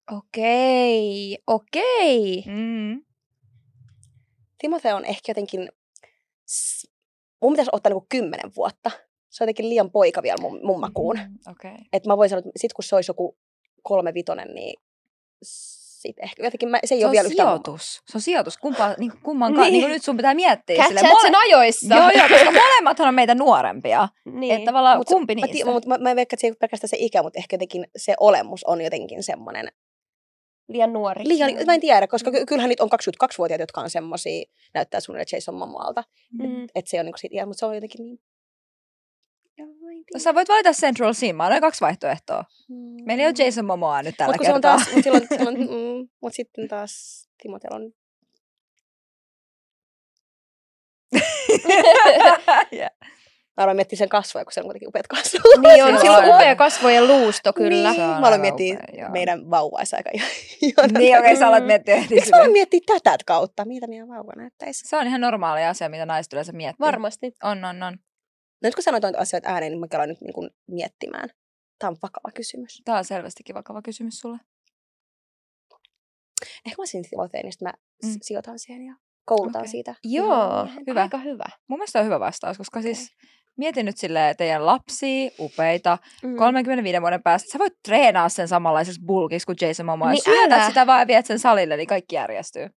Okei. Okei. Mm. Timothée on ehkä jotenkin, s- mun pitäisi ottaa niinku kymmenen vuotta. Se on jotenkin liian poika vielä mun, mun makuun. Mm, okei. Okay. Että mä voin sanoa, että sit kun se olisi joku kolme vitonen, niin sit ehkä jotenkin mä, se ei Se ole on vielä yhtään mun sijoitus. Se on sijoitus. Kumpaa, niin kummankaan. Niin. Niin. Niin nyt sun pitää miettiä. Catchaat silleen, sen ajoissa. Joo, joo, koska molemmathan on meitä nuorempia. Niin. Että tavallaan Mut kumpi Mä, niistä? tii- mut mä, mä en veikkaa, että se ei ole pelkästään se ikä, mutta ehkä jotenkin se olemus on jotenkin semmoinen. Liian nuori. Liian, mä en tiedä, koska ky- kyllähän niitä on kaksikymmentäkaksivuotiaita, jotka on semmosia, näyttää suunnilleen Jason Momoalta. Mm. Että se on niinku siitä, mutta se on jotenkin niin. Joo, mä en No, tiedä. sä voit valita Central C. Mä annoin kaksi vaihtoehtoa. Mm. Meillä ei ole Jason Momoa nyt tällä Mut kun se on kertaa. taas, mut, silloin, silloin, mm, mut sitten taas Timothée on yeah. Mä aloin miettiä sen kasvoja, kun siellä on kuitenkin upeat kasvot. Niin on, sillä on upea kasvojen luusto kyllä. Niin, mä aloin miettiä upea, meidän vauvaisa aika ihana. Niin, okei, okay, sä aloit miettiä. Miksi mä aloin miettiä tätä kautta, mitä meidän vauva näyttäisi? Se on ihan normaali asia, mitä naiset yleensä miettii. Varmasti. On, on, on. No nyt kun sanoit noita asioita ääneen, niin mä aloin nyt niin kuin miettimään. Tämä on vakava kysymys. Tämä on selvästikin vakava kysymys sulle. Ehkä mä olisin sijoiteen, niin mä mm. sijoitan siihen ja koulutan okay. siitä. Joo, hyvä. Aika hyvä. Mun mielestä on hyvä vastaus, koska okay. siis mietin nyt silleen teidän lapsia, upeita, mm. kolmekymmentäviiden vuoden päästä. Sä voit treenaa sen samanlaiseksi bulkiksi kuin Jason Momoa. Niin syötät sitä vaan ja viet sen salille, niin kaikki järjestyy.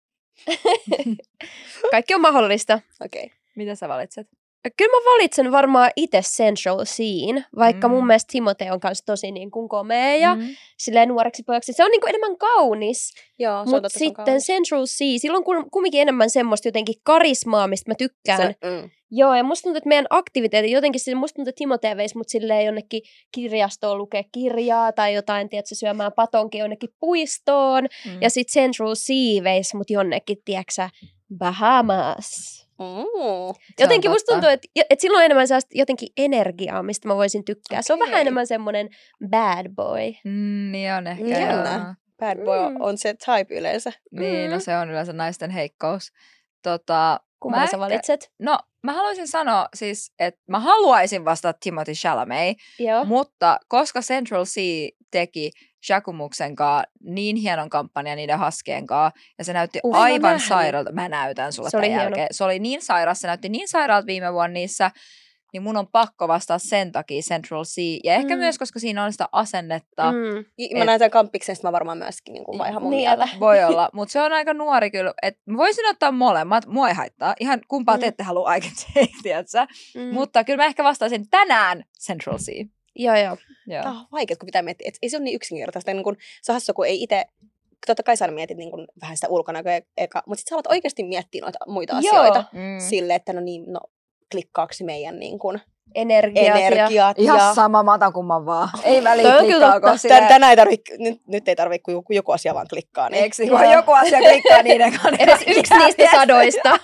Kaikki on mahdollista. Okei. Okay. Mitä sä valitset? Kyllä mä valitsen varmaan itse Central Ceen, vaikka mm. mun mielestä Timothée on kanssa tosi niin kuin komea ja mm. silleen nuoreksi pojaksi. Se on niin kuin enemmän kaunis, mutta sitten kaunis. Central Cee, sillä on kumminkin enemmän semmoista jotenkin karismaa, mistä mä tykkään. Se, mm. Joo, ja musta tuntuu, että meidän aktiviteetit jotenkin, musta tuntuu, että Timothée veisi mut silleen jonnekin kirjastoon lukea kirjaa tai jotain, tiedätkö, syömään patonkin jonnekin puistoon. Mm. Ja sitten Central Cee veisi mut jonnekin, tiedätkö, Bahamas. Mm, jotenkin musta tuntuu, että, että sillä on enemmän sellaista jotenkin energiaa, mistä mä voisin tykkää. Okay. Se on vähän enemmän semmoinen bad boy. Mm, niin on ehkä. Jännä. Bad boy mm. on se type yleensä. Niin, mm. no se on yleensä naisten heikkous. Tota, Kumman sä valitset? No, mä haluaisin sanoa siis, että mä haluaisin vastata Timothée Chalamet, Joo. mutta koska Central Cee teki Jacquemus'en kanssa niin hienon kampanjan niiden haskeen kanssa, ja se näytti uh, aivan sairaalta. Mä näytän sulle tämän jälkeen. Se oli niin sairas, se näytti niin sairaalta viime vuonna niissä, niin mun on pakko vastaa sen takia Central Cee. Ja ehkä mm. myös, koska siinä on sitä asennetta. Mm. Et, mä näytän kampiksen, mä varmaan myöskin niin kuin vaihan mun niin, mieltä. Voi olla, mutta se on aika nuori kyllä. Et voisin ottaa molemmat, mua ei haittaa. Ihan kumpaa mm. te ette halua I can take, tiiätsä. Mm. Mutta kyllä mä ehkä vastaisin tänään Central Cee. Joo, joo. joo. Tämä on vaikea, kun pitää miettiä. Et ei se ole niin yksinkertaista. Niin kun, se on hassu, kun ei itse... Totta kai sä mietit niin kun, vähän sitä ulkonäköä eka, mutta sitten sä alat oikeasti miettiä noita muita joo. asioita. Mm. Silleen, että no niin, no klikkaako meidän niin kun, energiat. energiat ja... Ihan ja... sama mata kumman vaan. Ei väliä klikkaako silleen. Tänään ei tarvi, nyt, nyt ei tarvitse, kun joku, joku asia vaan klikkaa. Niin. Eikö kun joku asia klikkaa niiden kanssa? Edes yksi niistä sadoista.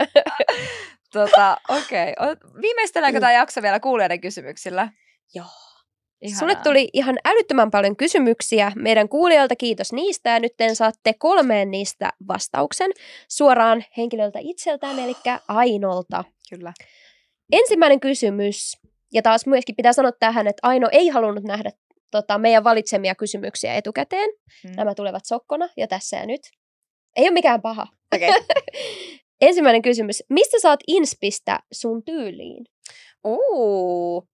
tota, okei. Okay. Viimeistelläänkö mm. tämä jakso vielä kuulijoiden kysymyksillä? Joo. Ihanaa. Sulle tuli ihan älyttömän paljon kysymyksiä meidän kuulijoilta, kiitos niistä, ja nyt saatte kolmeen niistä vastauksen suoraan henkilöltä itseltään, eli Ainolta. Kyllä. Ensimmäinen kysymys, ja taas myöskin pitää sanoa tähän, että Aino ei halunnut nähdä tota, meidän valitsemia kysymyksiä etukäteen. Hmm. Nämä tulevat sokkona, ja tässä ja nyt. Ei ole mikään paha. Okay. Ensimmäinen kysymys, mistä saat inspistä sun tyyliin? Uuu.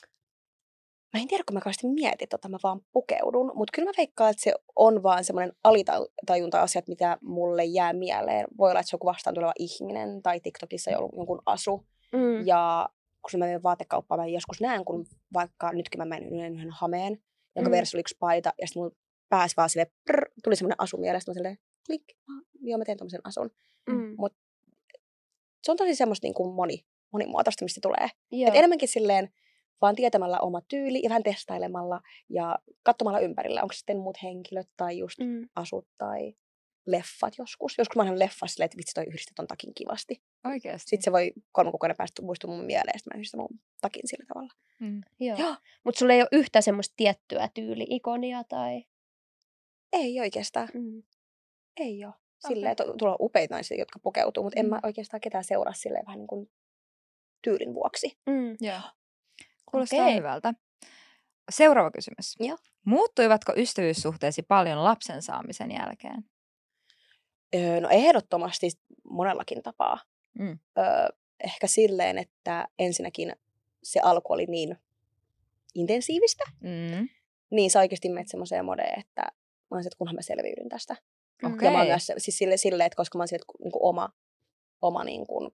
Mä en tiedä, kun mä kauheasti mietin, että mä vaan pukeudun, mutta kyllä mä veikkaan, että se on vaan semmoinen alitajunta-asiat, mitä mulle jää mieleen. Voi olla, että se on joku vastaan tuleva ihminen tai TikTokissa jonkun asu. Mm. Ja kun mä menen vaatekauppaan, mä joskus näen, kun vaikka nytkin mä menen yhden hameen, jonka mm. versiolla oli yksi paita, ja sitten mun pääsi vaan silleen, prr, tuli semmoinen asu mielestä, mä silleen, klik, joo mä teen tommosen asun. Mm. Mutta se on tosi semmoista niin kuin moni, monimuotoista, mistä tulee. Et enemmänkin silleen, vaan tietämällä oma tyyli ja vähän testailemalla ja katsomalla ympärillä. Onko sitten muut henkilöt tai just mm. asut tai leffat joskus. Joskus mä oon leffassa silleen, että vitsi toi yhdistät ton takin kivasti. Oikeasti. Sitten se voi kolme kuukauden päästä muistua mun mieleen, että mä yhdistän mun takin sillä tavalla. Mm. Joo. Joo. Mutta sulla ei ole yhtä semmoista tiettyä tyyli-ikonia tai... Ei oikeastaan. Mm. Ei ole. Silleen, okay. Tuolla on upeita naisia, jotka pukeutuu, mutta mm. en mä oikeastaan ketään seuraa silleen vähän niin kuin tyylin vuoksi. Mm. Joo. Kuulostaa okay. hyvältä. Seuraava kysymys. Joo. Muuttuivatko ystävyyssuhteesi paljon lapsen saamisen jälkeen? Öö, no ehdottomasti monellakin tapaa. Mm. Öö, ehkä silleen, että ensinnäkin se alku oli niin intensiivistä. Mm. Niin sä oikeasti menet semmoiseen modeen, että mä olisin, että kunhan mä selviydyn tästä. Okay. Ja mä oon myös siis silleen, sille, että koska mä oon silleen, että niin kuin oma, oma niin kuin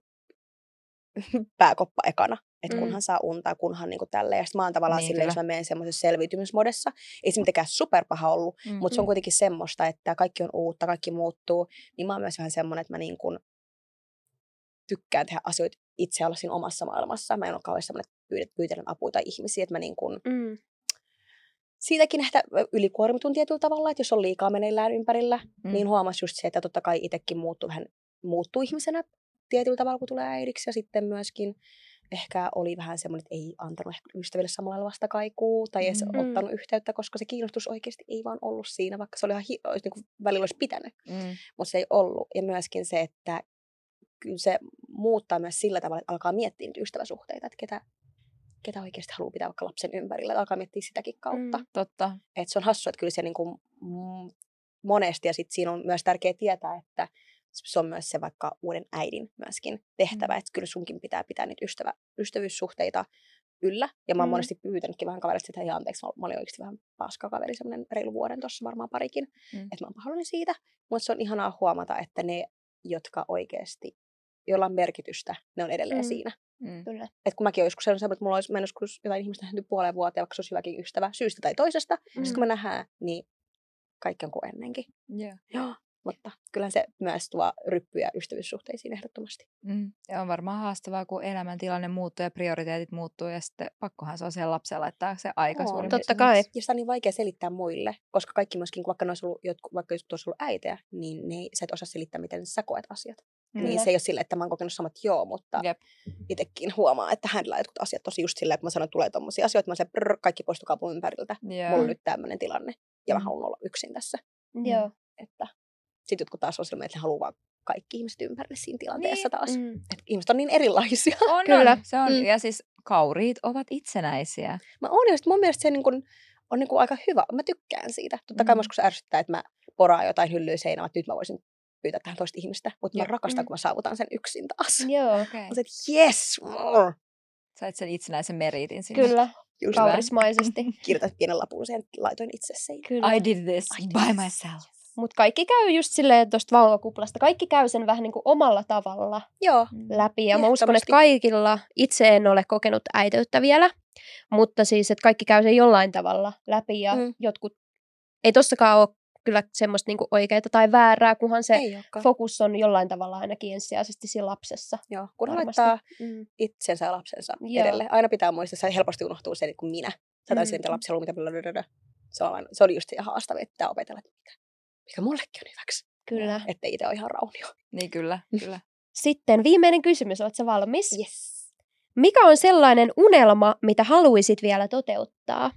pääkoppa ekana. Että kunhan mm. saa untaa, kunhan niinku tälleen. Ja sitten mä oon tavallaan niin, silleen, jos mä menen semmoisessa selviytymismodessa. Ei se mitenkään superpaha ollut, mm-hmm. mutta se on kuitenkin semmoista, että kaikki on uutta, kaikki muuttuu. Niin mä oon myös vähän semmoinen, että mä niinku tykkään tehdä asioita itse olla siinä omassa maailmassa. Mä en ole kauhean semmoinen, että pyytelen apua tai ihmisiä. Että mä niinku mm. siitäkin ehkä ylikuormitun tietyllä tavalla, että jos on liikaa meneillään ympärillä, mm. niin huomasi just se, että totta kai itsekin muuttuu vähän, muuttuu ihmisenä tietyllä tavalla, kun tulee äidiksi. Ja sitten myöskin ehkä oli vähän semmoinen, että ei antanut ehkä ystäville samalla lailla vastakaikua tai edes Mm. ottanut yhteyttä, koska se kiinnostus oikeasti ei vaan ollut siinä, vaikka se oli ihan hi- olisi, niin kuin välillä olisi pitänyt, Mm. mutta se ei ollut. Ja myöskin se, että kyllä se muuttaa myös sillä tavalla, että alkaa miettiä niitä ystäväsuhteita, että ketä, ketä oikeasti haluaa pitää vaikka lapsen ympärillä, että alkaa miettiä sitäkin kautta. Mm. Totta. Että se on hassu, että kyllä se niin kuin mm, monesti, ja sitten siinä on myös tärkeää tietää, että se on myös se vaikka uuden äidin myöskin tehtävä, Mm. että kyllä sunkin pitää pitää niitä ystävä, ystävyyssuhteita yllä. Ja mä oon Mm. monesti pyytänytkin vähän kavereista, että hei anteeksi, mä olin oikeasti vähän paska kaveri, semmoinen reilu vuoden tuossa varmaan parikin, Mm. että mä oon pahoillani siitä. Mutta se on ihanaa huomata, että ne, jotka oikeasti, joilla on merkitystä, ne on edelleen Mm. siinä. Mm. Kyllä. Et kun mäkin olen joskus sellainen, että mulla olisi, mä en joskus jotain ihmistä nähty puoleen vuoteen, vaikka se olisi hyväkin ystävä syystä tai toisesta. Mm. Sitten kun me nähdään, niin kaikki on kuin ennenkin. Yeah. Joo. Mutta kyllähän se myös tuo ryppyjä ystävyyssuhteisiin ehdottomasti. Mm. Ja on varmaan haastavaa, kun elämäntilanne muuttuu ja prioriteetit muuttuu ja sitten pakkohan se on siellä lapsella laittaa se aika On. suurin Totta piirtein. kai. Ja sitä on niin vaikea selittää muille, koska kaikki myöskin, vaikka ne olisi ollut, jotkut, vaikka joskus olisi ollut äitejä, niin ne ei, sä et osaa selittää, miten sä koet asiat. Mm. Niin se ei ole silleen, että mä oon kokenut samat joo, mutta Jep. itsekin huomaa, että hänellä on jotkut asiat tosi just silleen, että mä sanon, että tulee tommosia asioita, mä sanon, että kaikki poistukaa mun ympäriltä. Yeah. Mulla on nyt tämmöinen tilanne ja mä Mm. haluan olla yksin tässä. Joo. Että sitten jotkut taas on sellainen, että ne haluaa vaan kaikki ihmiset ympärille siinä tilanteessa Niin. taas. Mm. Että ihmiset on niin erilaisia. On, Kyllä. on. Se on. Mm. Ja siis kauriit ovat itsenäisiä. Mä oon ja sit mun mielestä se niin kun, on niin kun aika hyvä. Mä tykkään siitä. Totta kai Mm. mm. joskus ärsyttää, että mä poraan jotain hyllyä seinään, että nyt mä voisin pyytää tähän toista ihmistä. Mutta mä Jep. rakastan, Mm. kun mä saavutan sen yksin taas. Joo. Okay. Mä se, että yes! Mm. Sait sen itsenäisen meritin sinne. Kyllä. Just Hyvä. Kaurismaisesti. kirjoitat pienen lapun sen, laitoin itse sen. Kyllä. I did this I did by this. myself. Mutta kaikki käy just silleen tuosta vauvakuplasta. Kaikki käy sen vähän niin kuin omalla tavalla Joo. läpi. Ja mä uskon, että Ehdottomasti. kaikilla, itse en ole kokenut äiteyttä vielä, mutta siis, että kaikki käy sen jollain tavalla läpi. Ja Mm. jotkut, ei tossakaan ole kyllä semmoista niin kuin oikeaa tai väärää, kunhan se Ei olekaan. fokus on jollain tavalla ainakin ensisijaisesti siinä lapsessa. Joo. Kun Varmasti. laittaa Mm. itsensä ja lapsensa Joo. edelle. Aina pitää muistaa, että helposti unohtuu se, kun minä. Sä taisit, Mm. mitä lapsi haluaa, mitä blablabla. Se on, aina- se on just se haastavaa, että pitää opetella, että mikä, mikä mullekin on hyväksi. Kyllä. Ettei itse ole ihan raunio. Niin kyllä, kyllä. Sitten viimeinen kysymys, oletko valmis? Yes. Mikä on sellainen unelma, mitä haluaisit vielä toteuttaa?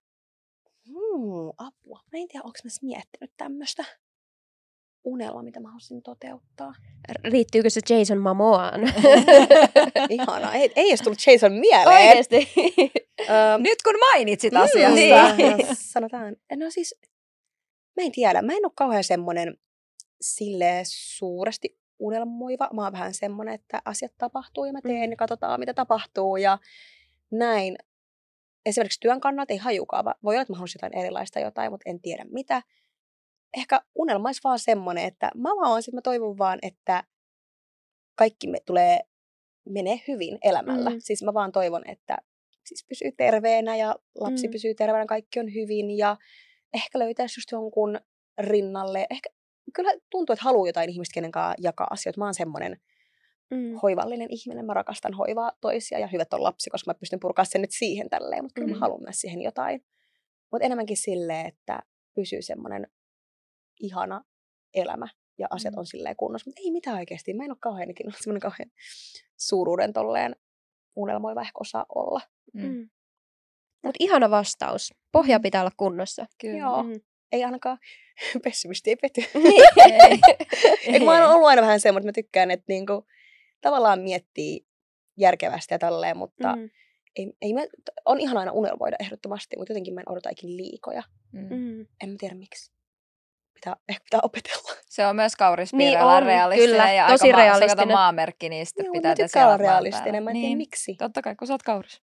Hmm, apua. Mä en tiedä, onko mä edes miettinyt tämmöistä unelmaa, mitä mä haluaisin toteuttaa. Riittyykö se Jason Momoaan? Ihanaa. Ei, ei edes tullut Jason mieleen. Oikeesti? Öö, Nyt kun mainitsit mm, asiasta. Niin. no, sanotaan. No siis, mä en tiedä. Mä en ole kauhean semmonen sille suuresti unelmoiva. Mä oon vähän semmonen, että asiat tapahtuu ja mä teen ja katsotaan, mitä tapahtuu ja näin. Esimerkiksi työn kannalta ei hajukaan. Voi olla, että mä haluaisin jotain erilaista jotain, mutta en tiedä mitä. Ehkä unelma olisi vaan semmoinen, että mä vaan sit mä toivon vaan, että kaikki me tulee, menee hyvin elämällä. Mm. Siis mä vaan toivon, että siis pysyy terveenä ja lapsi Mm. pysyy terveenä, kaikki on hyvin ja ehkä löytäisi just jonkun rinnalle. Ehkä kyllä tuntuu, että haluaa jotain ihmistä, kenen kanssa jakaa asioita. Mä oon semmoinen Mm. hoivallinen ihminen. Mä rakastan hoivaa toisia ja hyvät on lapsi, koska mä pystyn purkaa sen nyt siihen tälleen. Mutta kyllä Mm. mä haluan myös siihen jotain. Mutta enemmänkin silleen, että pysyy semmoinen ihana elämä ja asiat Mm. on silleen kunnossa. Mutta ei mitään oikeasti. Mä en ole kauhean ikinä ollut semmoinen kauhean suuruuden tolleen unelmoiva ehkä osaa olla. Mm. Mm. Mutta ihana vastaus. Pohja Mm. pitää olla kunnossa. Kyllä. Joo. Mm. Ei ainakaan pessimisti ei pety. Ei. Eikö mä oon ollut aina vähän semmoinen, että mä tykkään, että niinku, tavallaan miettii järkevästi ja tälleen, mutta Mm. ei, ei mä, on ihan aina unelmoida ehdottomasti, mutta jotenkin mä en odota ikin liikoja. Mm. Mm. En mä tiedä miksi. Pitää, ehkä pitää opetella. Se on myös kauris Niin piirrellä on, realistinen kyllä, ja tosi aika ma- realistinen. se kato maamerkki, niin sitten Joo, pitää mä tehdä tykkään olla siellä maan realistinen, päällä. mä en tiedä Niin. miksi. Totta kai, kun sä oot kauris.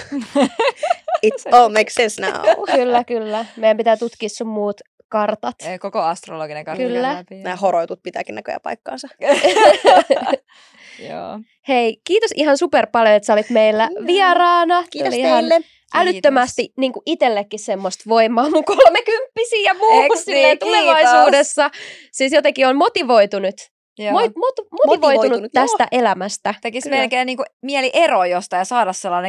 It all makes sense now. Kyllä, kyllä. Meidän pitää tutkia sun muut kartat. Ei, koko astrologinen kartta Kyllä. käy läpi. Nämä horoitut pitääkin näköjään paikkaansa. Joo. Hei, kiitos ihan super paljon, että sä olit meillä Kiitos. vieraana. Kiitos Tuli ihan teille. älyttömästi niin kuin itsellekin semmoista voimaa mun kolmekymppisiä ja muuhun Eiks silleen niin? tulevaisuudessa. Siis jotenkin on motivoitunut. Joo. Mo- mot- motivoitunut, Motivoitunut, tästä elämästä. Tekisi Kyllä. melkein niin kuin mieli ero jostain ja saada sellainen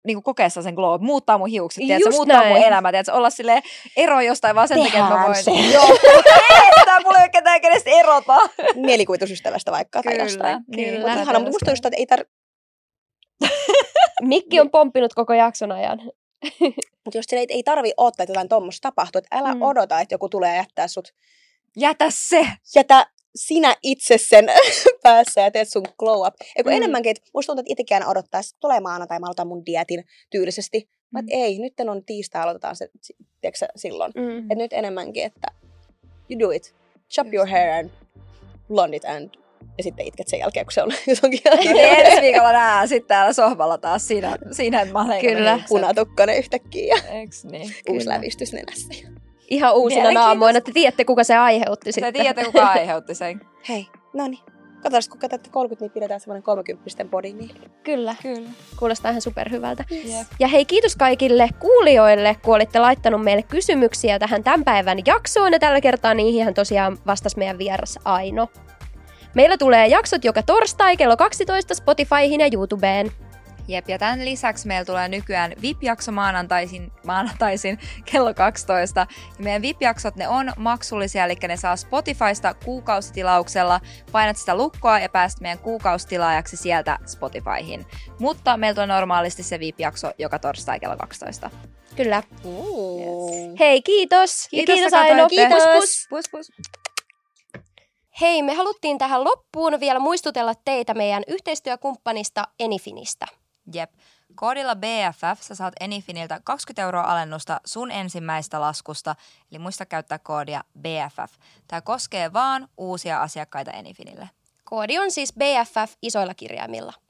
niinku kokea sen glow, muuttaa mun hiukset, tiedätkö, Just muuttaa näin. mun elämää, tiedätkö, olla silleen ero jostain vaan sen takia, että mä voin. Se. Joo, että mulla ei ole ketään kenestä erota. Mielikuvitusystävästä vaikka tai Kyllä, jostain. kyllä. Mutta ihana, mutta musta just, että ei tar... Mikki on pomppinut koko jakson ajan. Mutta just silleen, että ei tarvi odottaa, että jotain tuommoista tapahtuu. Että älä Mm. odota, että joku tulee jättää sut. Jätä se. Jätä sinä itse sen päässä ja teet sun glow up. Eiku Mm. enemmänkin, että musta tuntuu, että itsekin odottaa, että tulee maanantai, mä aloitan mun dietin tyylisesti. Mä Mm. et ei, nyt on tiistai, aloitetaan se tiiäksä, silloin. Mm. Et nyt enemmänkin, että you do it. Chop Just your hair and blond it and ja sitten itket sen jälkeen, kun se on johonkin No niin, ensi viikolla nähdään sitten täällä sohvalla taas siinä, siinä että mä olen Kyllä. punatukkainen yhtäkkiä ja Eiks niin? uusi Kyllä. lävistys nenässä. Ihan uusina Mielenkiintoista. naamoina. Te tiedätte, kuka se aiheutti Sä sitten. tiedätte, kuka aiheutti sen. Hei, no niin. Katsotaan, kun katsotte kolmekymmentä, niin pidetään semmoinen kolmekymppisten body. Niin. Kyllä. Kyllä. Kuulostaa ihan superhyvältä. Jep. Ja hei, kiitos kaikille kuulijoille, kun olitte laittanut meille kysymyksiä tähän tämän päivän jaksoon. Ja tällä kertaa niihin tosiaan vastasi meidän vieras Aino. Meillä tulee jaksot joka torstai kello kaksitoista Spotifyhin ja YouTubeen. Jep, ja tämän lisäksi meillä tulee nykyään V I P-jakso maanantaisin, maanantaisin kello kaksitoista. Ja meidän V I P-jaksot, ne on maksullisia, eli ne saa Spotifysta kuukausitilauksella. Painat sitä lukkoa ja pääset meidän kuukausitilaajaksi sieltä Spotifyhin. Mutta meillä tulee normaalisti se V I P-jakso joka torstai kello kaksitoista. Kyllä. Yes. Hei, kiitos. Kiitos, ja kiitos että Aino. katsoitte. Pus, pus. Pus, pus. Hei, me haluttiin tähän loppuun vielä muistutella teitä meidän yhteistyökumppanista Anyfinistä. Jep. Koodilla B F F sä saat Anyfiniltä kaksikymmentä euroa alennusta sun ensimmäistä laskusta, eli muista käyttää koodia B F F. Tämä koskee vaan uusia asiakkaita Anyfinille. Koodi on siis B F F isoilla kirjaimilla.